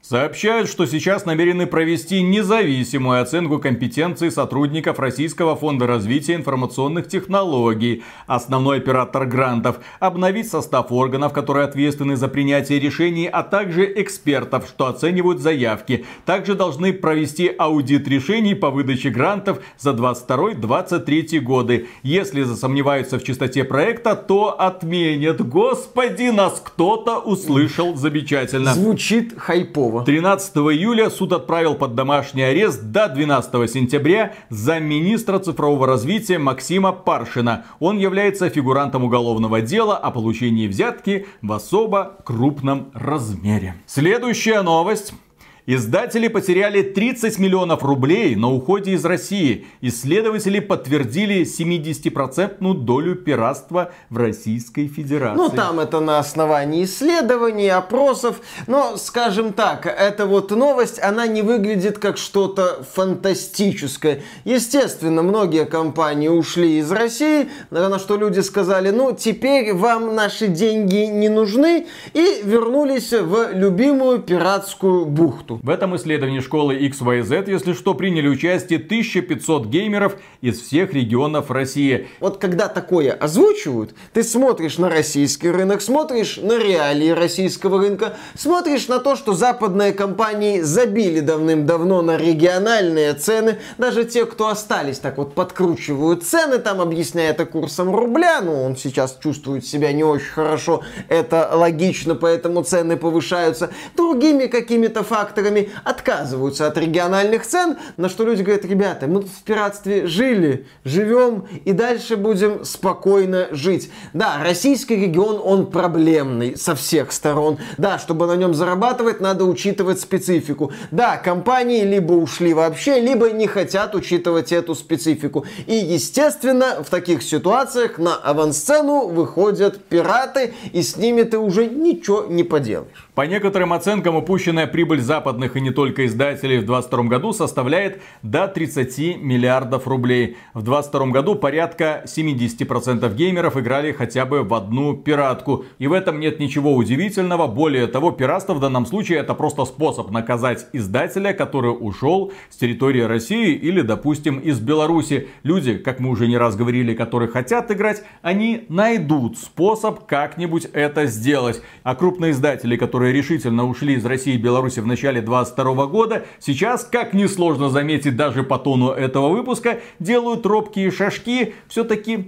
Сообщают, что сейчас намерены провести независимую оценку компетенций сотрудников Российского фонда развития информационных технологий. Основной оператор грантов. Обновить состав органов, которые ответственны за принятие решений, а также экспертов, что оценивают заявки. Также должны провести аудит решений по выдаче грантов за двадцать второй — двадцать третий годы. Если засомневаются в чистоте проекта, то отменят. Господи, нас кто-то услышал замечательно. Звучит хайпово. тринадцатого июля суд отправил под домашний арест до двенадцатого сентября замминистра цифрового развития Максима Паршина. Он является фигурантом уголовного дела о получении взятки в особо крупном размере. Следующая новость. Издатели потеряли тридцать миллионов рублей на уходе из России. Исследователи подтвердили семидесятипроцентную долю пиратства в Российской Федерации. Ну, там это на основании исследований, опросов. Но, скажем так, эта вот новость, она не выглядит как что-то фантастическое. Естественно, многие компании ушли из России, на что люди сказали, ну, теперь вам наши деньги не нужны, и вернулись в любимую пиратскую бухту. В этом исследовании школы икс вай зет, если что, приняли участие тысяча пятьсот геймеров из всех регионов России. Вот когда такое озвучивают, ты смотришь на российский рынок, смотришь на реалии российского рынка, смотришь на то, что западные компании забили давным-давно на региональные цены. Даже те, кто остались, так вот подкручивают цены, там объясняя это курсом рубля. Ну, он сейчас чувствует себя не очень хорошо, это логично, поэтому цены повышаются. Другими какими-то факторами отказываются от региональных цен, на что люди говорят, ребята, мы тут в пиратстве жили, живем и дальше будем спокойно жить. Да, российский регион, он проблемный со всех сторон. Да, чтобы на нем зарабатывать, надо учитывать специфику. Да, компании либо ушли вообще, либо не хотят учитывать эту специфику. И, естественно, в таких ситуациях на авансцену выходят пираты, и с ними ты уже ничего не поделаешь. По некоторым оценкам, упущенная прибыль западных и не только издателей в двадцать втором году составляет до тридцати миллиардов рублей. В двадцать втором году порядка семьдесят процентов геймеров играли хотя бы в одну пиратку. И в этом нет ничего удивительного. Более того, пиратство в данном случае это просто способ наказать издателя, который ушел с территории России или, допустим, из Беларуси. Люди, как мы уже не раз говорили, которые хотят играть, они найдут способ как-нибудь это сделать. А крупные издатели, которые решительно ушли из России и Беларуси в начале двадцать второго года, сейчас, как несложно заметить даже по тону этого выпуска, делают робкие шажки. Все-таки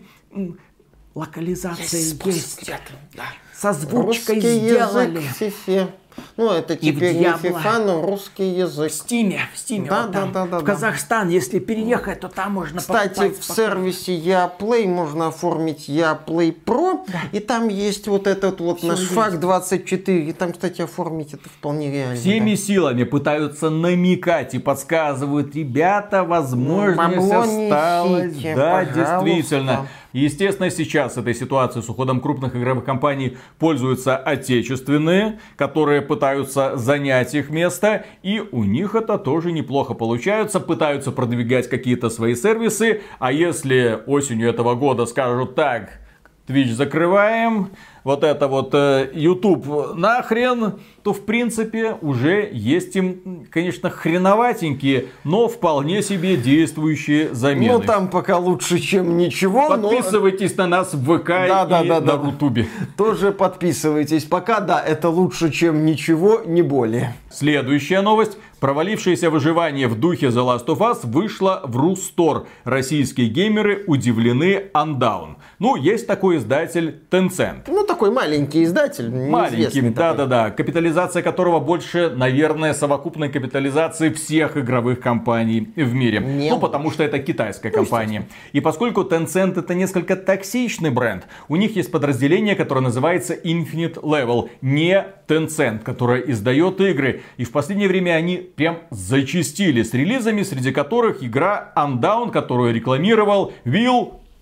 локализация есть. есть. Да. С озвучкой Русский сделали. Язык, ну, это теперь не FIFA, но русский язык. В Стиме, в Стиме. Да, вот да, там. да, да, в Казахстан, если переехать, то там можно Кстати, покупать в спокойно. сервисе Яплей можно оформить Яплей Pro, Да. и там есть вот этот вот Всё наш есть. факт двадцать четыре, и там, кстати, оформить это вполне реально. Всеми да. силами пытаются намекать и подсказывают, ребята, возможность Бабло осталась. несите, Да, пожалуйста. действительно. Естественно, сейчас этой ситуацией с уходом крупных игровых компаний пользуются отечественные, которые пытаются занять их место, и у них это тоже неплохо получается, пытаются продвигать какие-то свои сервисы, а если осенью этого года скажут так, Twitch закрываем, вот это вот э, YouTube нахрен, то в принципе уже есть им, конечно, хреноватенькие, но вполне себе действующие замены. Ну, там пока лучше, чем ничего, Подписывайтесь на нас в ВК Да, и да, да, на да. Рутубе. но тоже подписывайтесь. Пока, да, это лучше, чем ничего, не более. Следующая новость. Провалившееся выживание в духе The Last of Us вышло в Рустор. Российские геймеры удивлены Undawn. Ну, есть такой издатель Tencent. Ну, такой маленький издатель. Маленький, неизвестный такой. да-да-да. Капитализация которого больше, наверное, совокупной капитализации всех игровых компаний в мире. Не ну, потому что это китайская компания. И поскольку Tencent это несколько токсичный бренд, у них есть подразделение, которое называется Infinite Level. Не Tencent, которое издает игры. И в последнее время они прям зачастили с релизами, среди которых игра Undawn, которую рекламировал Will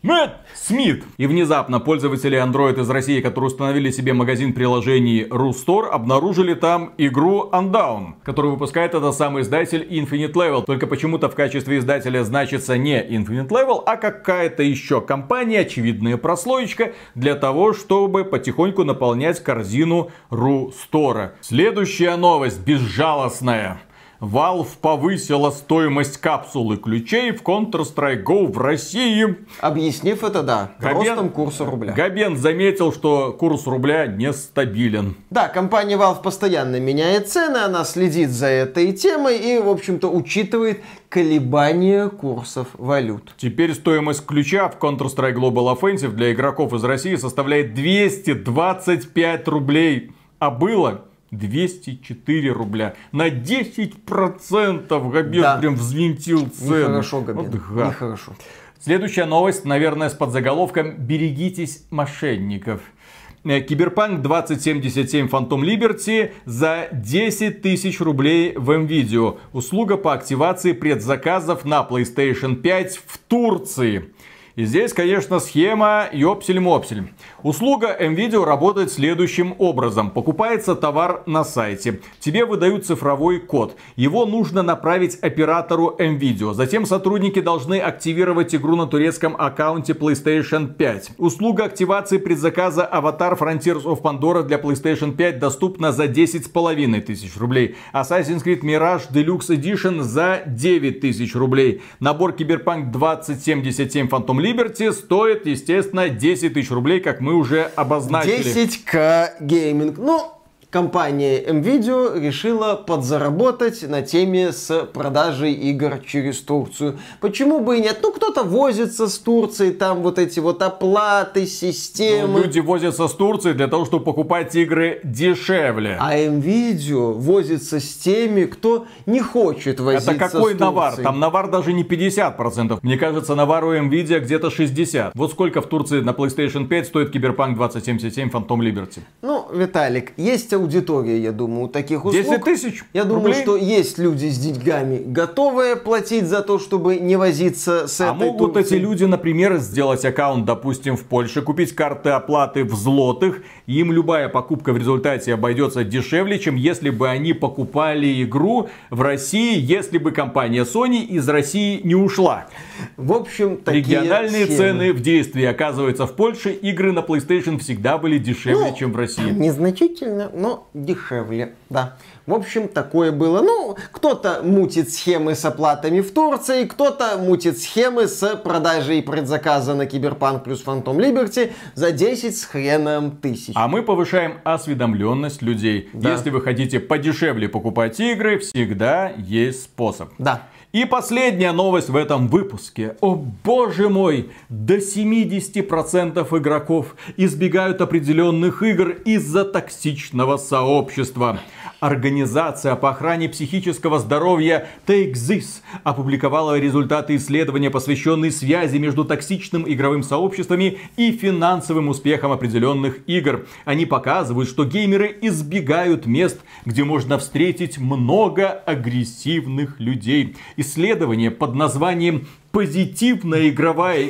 Мэтт Смит. И внезапно пользователи Android из России, которые установили себе магазин приложений RuStore, обнаружили там игру Undawn, которую выпускает этот самый издатель Infinite Level. Только почему-то в качестве издателя значится не Infinite Level, а какая-то еще компания, очевидная прослоечка, для того, чтобы потихоньку наполнять корзину RuStore. Следующая новость, безжалостная. Valve повысила стоимость капсулы ключей в Counter-Strike Go в России. Объяснив это, да, Габен, ростом курса рубля. Габен заметил, что курс рубля нестабилен. Да, компания Valve постоянно меняет цены, она следит за этой темой и, в общем-то, учитывает колебания курсов валют. Теперь стоимость ключа в Counter-Strike Global Offensive для игроков из России составляет двести двадцать пять рублей. А было двести четыре рубля. На десять процентов Габен да. прям взвинтил цену. Нехорошо, Габен. Вот, Нехорошо. Следующая новость, наверное, с подзаголовком «Берегитесь мошенников». Киберпанк двадцать семьдесят семь Phantom Liberty за десять тысяч рублей в МВидео. Услуга по активации предзаказов на PlayStation пять в Турции. И здесь, конечно, схема ёпсель-мопсель. Услуга МВидео работает следующим образом. Покупается товар на сайте. Тебе выдают цифровой код. Его нужно направить оператору МВидео. Затем сотрудники должны активировать игру на турецком аккаунте PlayStation пять. Услуга активации предзаказа Avatar Frontiers of Pandora для PlayStation пять доступна за десять с половиной тысяч рублей. Assassin's Creed Mirage Deluxe Edition за девять тысяч рублей. Набор Киберпанк двадцать семьдесят семь Phantom Liberty стоит, естественно, десять тысяч рублей, как мы уже обозначили. десять ка гейминг. Ну, компания МВидео решила подзаработать на теме с продажей игр через Турцию. Почему бы и нет? Ну, кто-то возится с Турцией, там вот эти вот оплаты, системы. Ну, люди возятся с Турцией для того, чтобы покупать игры дешевле. А МВидео возится с теми, кто не хочет возиться с Турцией. Это какой навар? Там навар даже не пятьдесят процентов. Мне кажется, навар у Nvidia где-то шестьдесят процентов. Вот сколько в Турции на PlayStation пять стоит Киберпанк двадцать семьдесят семь Phantom Liberty? Ну, Виталик, есть аудитория, я думаю, у таких услуг. десять тысяч Я думаю, рублей? что есть люди с деньгами, готовые платить за то, чтобы не возиться с а этой могут Турцией. эти люди, например, сделать аккаунт, допустим, в Польше, купить карты оплаты в злотых, и им любая покупка в результате обойдется дешевле, чем если бы они покупали игру в России, если бы компания Sony из России не ушла. В общем, такие Региональные схемы. цены в действии. Оказывается, в Польше игры на PlayStation всегда были дешевле, Ну, чем в России. Незначительно, но дешевле, да. В общем, такое было. Ну, кто-то мутит схемы с оплатами в Турции, кто-то мутит схемы с продажей предзаказа на Киберпанк плюс Phantom Liberty за десять с хреном тысяч. А мы повышаем осведомленность людей. Да. Если вы хотите подешевле покупать игры, всегда есть способ. Да. И последняя новость в этом выпуске. О боже мой, до семьдесят процентов игроков избегают определенных игр из-за токсичного сообщества. Организация по охране психического здоровья Take This опубликовала результаты исследования, посвященные связи между токсичным игровым сообществами и финансовым успехом определенных игр. Они показывают, что геймеры избегают мест, где можно встретить много агрессивных людей. Исследование под названием «Позитивная игровая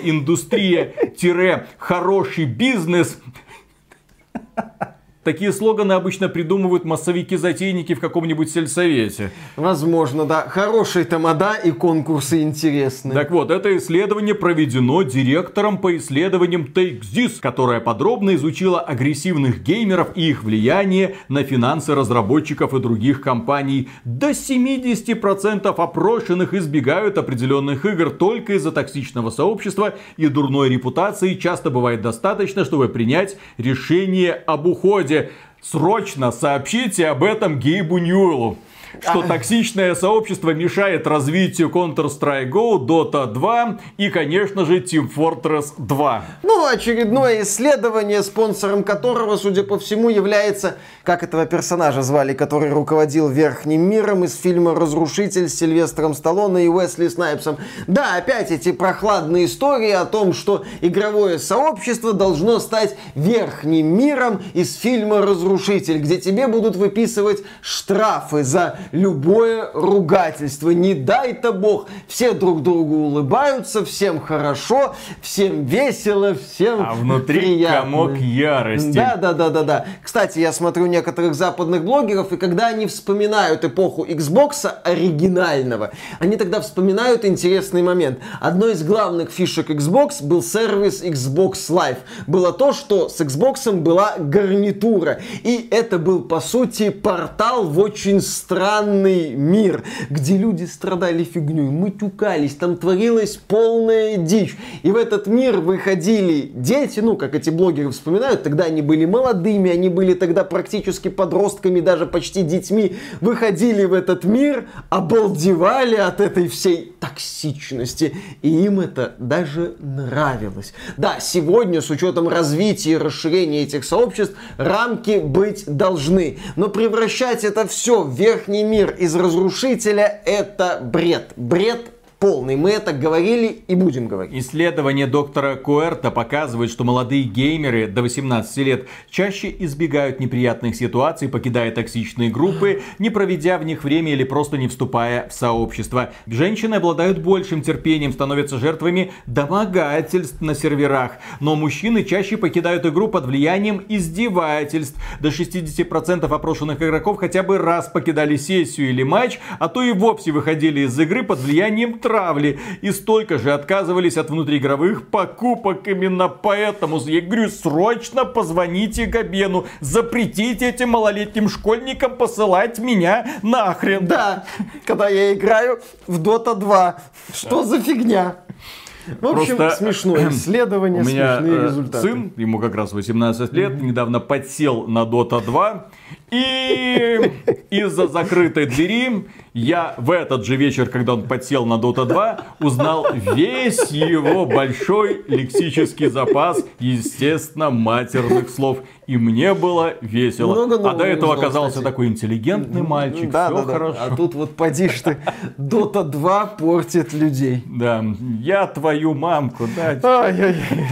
индустрия-хороший бизнес». Такие слоганы обычно придумывают массовики-затейники в каком-нибудь сельсовете. Возможно, да. Хорошие тамада и конкурсы интересные. Так вот, это исследование проведено директором по исследованиям Take This, которая подробно изучила агрессивных геймеров и их влияние на финансы разработчиков и других компаний. До семьдесят процентов опрошенных избегают определенных игр только из-за токсичного сообщества и дурной репутации. Часто бывает достаточно, чтобы принять решение об уходе. Срочно сообщите об этом Гейбу Ньюэллу, что токсичное сообщество мешает развитию Counter-Strike Go, Dota два и, конечно же, Team Fortress два. Ну, очередное исследование, спонсором которого, судя по всему, является, как этого персонажа звали, который руководил Верхним миром из фильма «Разрушитель» с Сильвестром Сталлоне и Уэсли Снайпсом. Да, опять эти прохладные истории о том, что игровое сообщество должно стать Верхним миром из фильма «Разрушитель», где тебе будут выписывать штрафы за любое ругательство. Не дай-то бог. Все друг другу улыбаются, всем хорошо, всем весело, всем А внутри приятно. комок ярости. Да, да, да, да, да. Кстати, я смотрю некоторых западных блогеров, и когда они вспоминают эпоху Xbox оригинального, они тогда вспоминают интересный момент. Одной из главных фишек Xbox был сервис Xbox Live. Было то, что с Xbox была гарнитура. И это был, по сути, портал в очень странный мир, где люди страдали фигней, матюкались, там творилась полная дичь. И в этот мир выходили дети, ну, как эти блогеры вспоминают, тогда они были молодыми, они были тогда практически подростками, даже почти детьми, выходили в этот мир, обалдевали от этой всей токсичности, и им это даже нравилось. Да, сегодня, с учетом развития и расширения этих сообществ, рамки быть должны, но превращать это все в верхний мир из разрушителя — это бред. Бред полный. Мы это говорили и будем говорить. Исследование доктора Куэрта показывает, что молодые геймеры до восемнадцати лет чаще избегают неприятных ситуаций, покидая токсичные группы, не проведя в них время или просто не вступая в сообщество. Женщины обладают большим терпением, становятся жертвами домогательств на серверах, но мужчины чаще покидают игру под влиянием издевательств. До шестидесяти процентов опрошенных игроков хотя бы раз покидали сессию или матч, а то и вовсе выходили из игры под влиянием травли. И столько же отказывались от внутриигровых покупок. Именно поэтому я говорю, срочно позвоните Габену. Запретите этим малолетним школьникам посылать меня нахрен. Да, когда я играю в Дота два. Что за фигня? В общем, Просто смешное исследование, у меня смешные э, результаты. сын, ему как раз восемнадцать лет, недавно подсел на Дота два. И из-за закрытой двери я в этот же вечер, когда он подсел на Дота два, узнал весь его большой лексический запас, естественно, матерных слов. И мне было весело. Много А нового до этого узнал, оказался кстати. такой интеллигентный мальчик, Да, все да, да. хорошо. А тут вот поди ж ты, Дота два портит людей. Да, я твою мамку, да. Ай-яй-яй.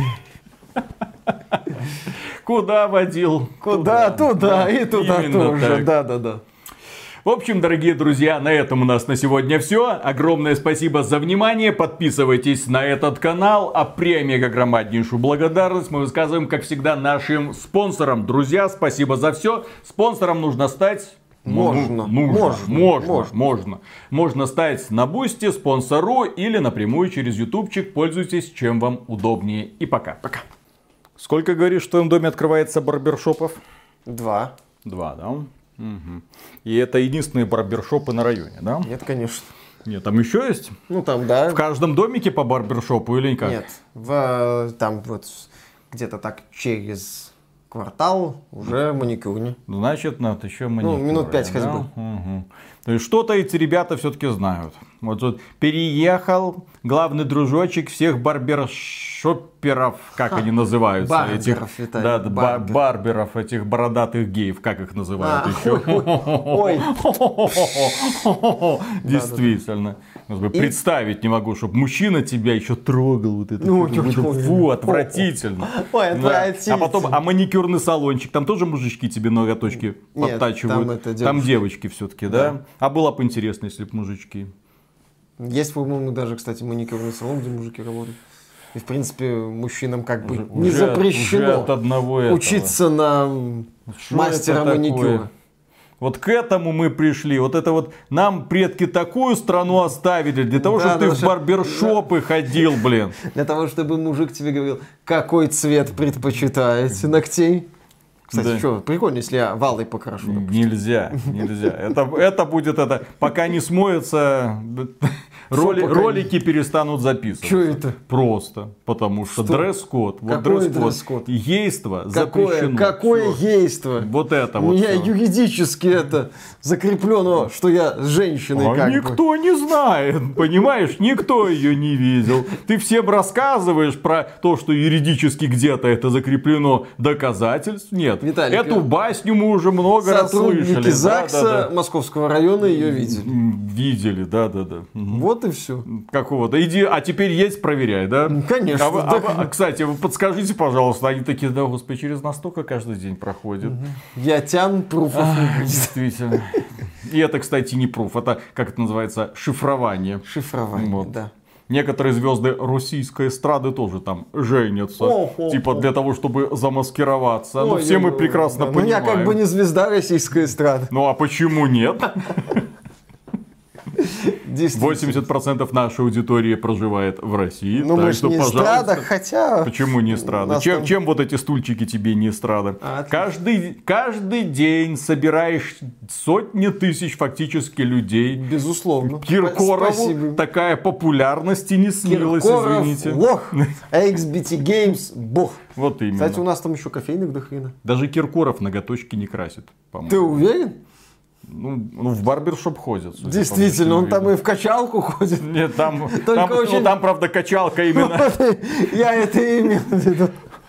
Куда водил? Куда? Туда и туда Именно тоже. так. Да, да, да. В общем, дорогие друзья, на этом у нас на сегодня все. Огромное спасибо за внимание. Подписывайтесь на этот канал. А премега громаднейшую благодарность мы высказываем, как всегда, нашим спонсорам. Друзья, спасибо за все. Спонсором нужно стать... Можно. Ну, нужно, Можно. можно, Можно. можно. Можно стать на Бусти, спонсору или напрямую через ютубчик. Пользуйтесь, чем вам удобнее. И пока. Пока. Сколько, говоришь, в твоем доме открывается барбершопов? Два. Два, да? Угу. И это единственные барбершопы на районе, да? Нет, конечно. Нет, там еще есть? Ну там, да. В каждом домике по барбершопу или как? Нет. В, там вот где-то так через квартал уже маникюрня. Значит, надо еще маникюр. Ну, минут пять да? ходьбы. Угу. То есть что-то эти ребята все-таки знают. Вот тут переехал главный дружочек всех барбершоперов, как они называются? Барберов, этих, Виталий, да, ба- барбер. барберов, этих бородатых геев, как их называют А, еще? ой, Действительно. Представить не могу, чтобы мужчина тебя еще трогал. Вот это. Ну, Вот это. ой, Фу, ой. отвратительно. Ой, Да. отвратительно. А потом, а маникюрный салончик, там тоже мужички тебе ноготочки Нет, подтачивают? там это Там девушки. девочки все-таки, да? А было бы интересно, если бы мужички. Есть, по-моему, даже, кстати, маникюрный салон, где мужики работают. И, в принципе, мужчинам как бы не Уже- запрещено уже от одного этого. учиться на Что мастера это такое? маникюра. Вот к этому мы пришли. Вот это вот нам предки такую страну оставили для того, Да, чтобы да, ты в чтоб- барбершопы ходил, блин. Для того, чтобы мужик тебе говорил, какой цвет предпочитаете ногтей. Кстати, Да. что, прикольно, если я валой покрашу. Нельзя, нельзя. Это, это будет это, пока не смоется, роли- пока ролики перестанут записываться. Чё это? Просто. Потому что, Что? дресс-код. Вот Какой дресс-код. дресс-код? Ейство Какое, запрещено. какое Всё. ейство? Вот это У вот. меня всё. юридически это закреплено, что я с женщиной А как бы. никто не знает, понимаешь, никто ее не видел. Ты всем рассказываешь про то, что юридически где-то это закреплено, доказательств нет. Виталик, Эту басню мы уже много раз Сотрудники слышали. ЗАГСа Да, да, да. Московского района ее видели. М, Видели, да, да, да. Мгм. Вот и все. Какого-то. Иди, а теперь есть, проверяй, да? Конечно, А вы- да. а вы- а, кстати, вы подскажите, пожалуйста, они такие, да, господи, через настолько каждый день проходит. Я тян пруфов. Действительно. И это, кстати, не пруф, это, как это называется, шифрование. Шифрование, Вот. да. Некоторые звезды российской эстрады тоже там женятся. О, о, типа о. для того, чтобы замаскироваться. Ну, Ой, все мы ой, прекрасно да. Ну, понимаем. я как бы не звезда российской эстрады. Ну, а почему нет? Действительно. восемьдесят процентов нашей аудитории проживает в России. Ну, так мы ж что, не пожалуйста. эстрада, хотя... Почему не У эстрада? нас Чем, там- чем вот эти стульчики тебе не эстрада? А, отлично. каждый, каждый день собираешь сотни тысяч фактически людей. Безусловно. Киркорову Спасибо. такая популярность и не снилась, Киркоров, извините. лох, а икс би ти Games, бог. Вот именно. Кстати, у нас там еще кофейных до хрена. Даже Киркоров ноготочки не красит, по-моему. Ты уверен? Ну, ну, в барбершоп ходят. судя по Действительно, он внешнему там и виду. в качалку ходит. Нет, там, Только там, очень- ну, там, правда, качалка именно. Я это имел в виду.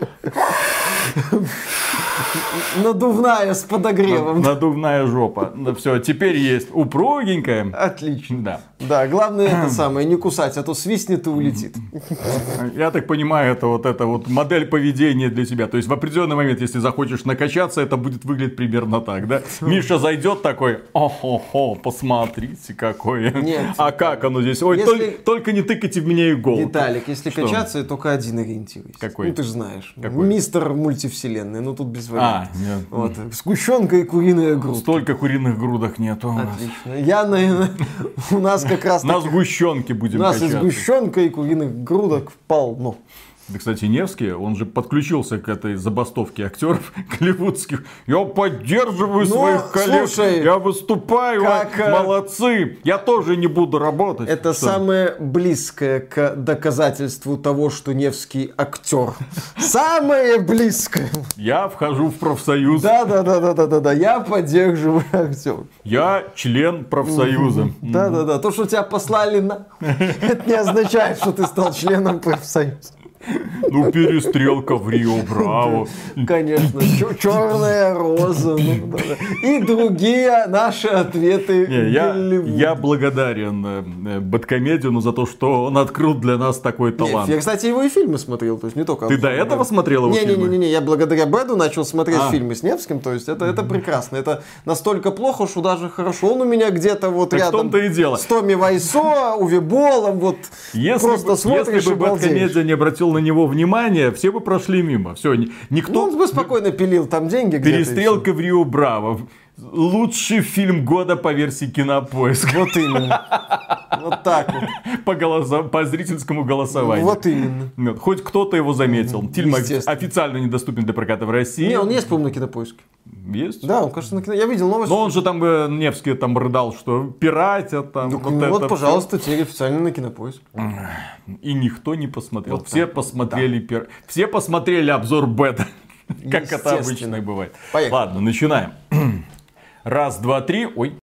Надувная с подогревом. Надувная жопа. Ну, все, теперь есть упругенькая. Отлично. Да. Да, главное это самое, не кусать, а то свистнет и улетит. Я так понимаю, это вот эта вот модель поведения для тебя. То есть в определенный момент, если захочешь накачаться, это будет выглядеть примерно так, да? Миша зайдет такой, о-хо-хо, посмотрите какое. Нет. А как оно здесь? Ой, Если- толь- только не тыкайте в меня иголку. Виталик, если Что? качаться, и только один ориентир есть. Какой? Ну ты же знаешь. Какой? Мистер мультивселенной, ну тут без А, вариантов. нет. Вот. Сгущенка и куриная грудка. Столько куриных грудок нету у нас. Отлично. Я, наверное, у нас как раз На таки- сгущенке у будем нас и качаться. сгущенка, и куриных грудок полно. Да, кстати, Невский, он же подключился к этой забастовке актеров голливудских. Я поддерживаю Ну, своих коллег, слушай, я выступаю, как, э, молодцы, я тоже не буду работать. Это Что? самое близкое к доказательству того, что Невский актер. Самое близкое. Я вхожу в профсоюз, Да, да, да, да, да, да, да. Я поддерживаю актер. я член профсоюза. Да, да, да. То, что тебя послали на, это не означает, что ты стал членом профсоюза. Ну, перестрелка в Рио Браво. Конечно. Черная роза. ну, да, да. И другие наши ответы. Не, я, Голливуда. я благодарен э, Бэдкомедиану за то, что он открыл для нас такой Нет, талант. я, кстати, его и фильмы смотрел, то есть не только... Ты до этого смотрел его фильмы? Не-не-не, я благодаря Бэду начал смотреть А. фильмы с Невским, то есть это, это прекрасно. Это настолько плохо, что даже хорошо. Он у меня где-то вот Так в рядом том-то и дело. с Томми Вайсо, Уви Боллом, вот Если просто бы, смотришь если и бы балдеешь. Бэдкомедиан не обратил на него внимания, все бы прошли мимо. Все, Ну, никто... он бы спокойно пилил там деньги где-то. и Перестрелка в Рио Браво. Лучший фильм года по версии Кинопоиск. всё. Вот именно. Вот так вот. По, голоса- по зрительскому голосованию. Вот именно. Нет, хоть кто-то его заметил. Фильм офи- Естественно. официально недоступен для проката в России. Не, он есть, по-моему, на Кинопоиске. Есть? Да, он, кажется, на кино. Я видел новость. Но он же там, э, Невский там рыдал, что пиратят там. Ну, вот ну, это вот, всё. пожалуйста, теперь официально на Кинопоиск. И никто не посмотрел. Вот все так. посмотрели пир... Все посмотрели обзор бета. Как это Естественно. обычно и бывает. Поехали. Ладно, начинаем. Раз, два, три. Ой.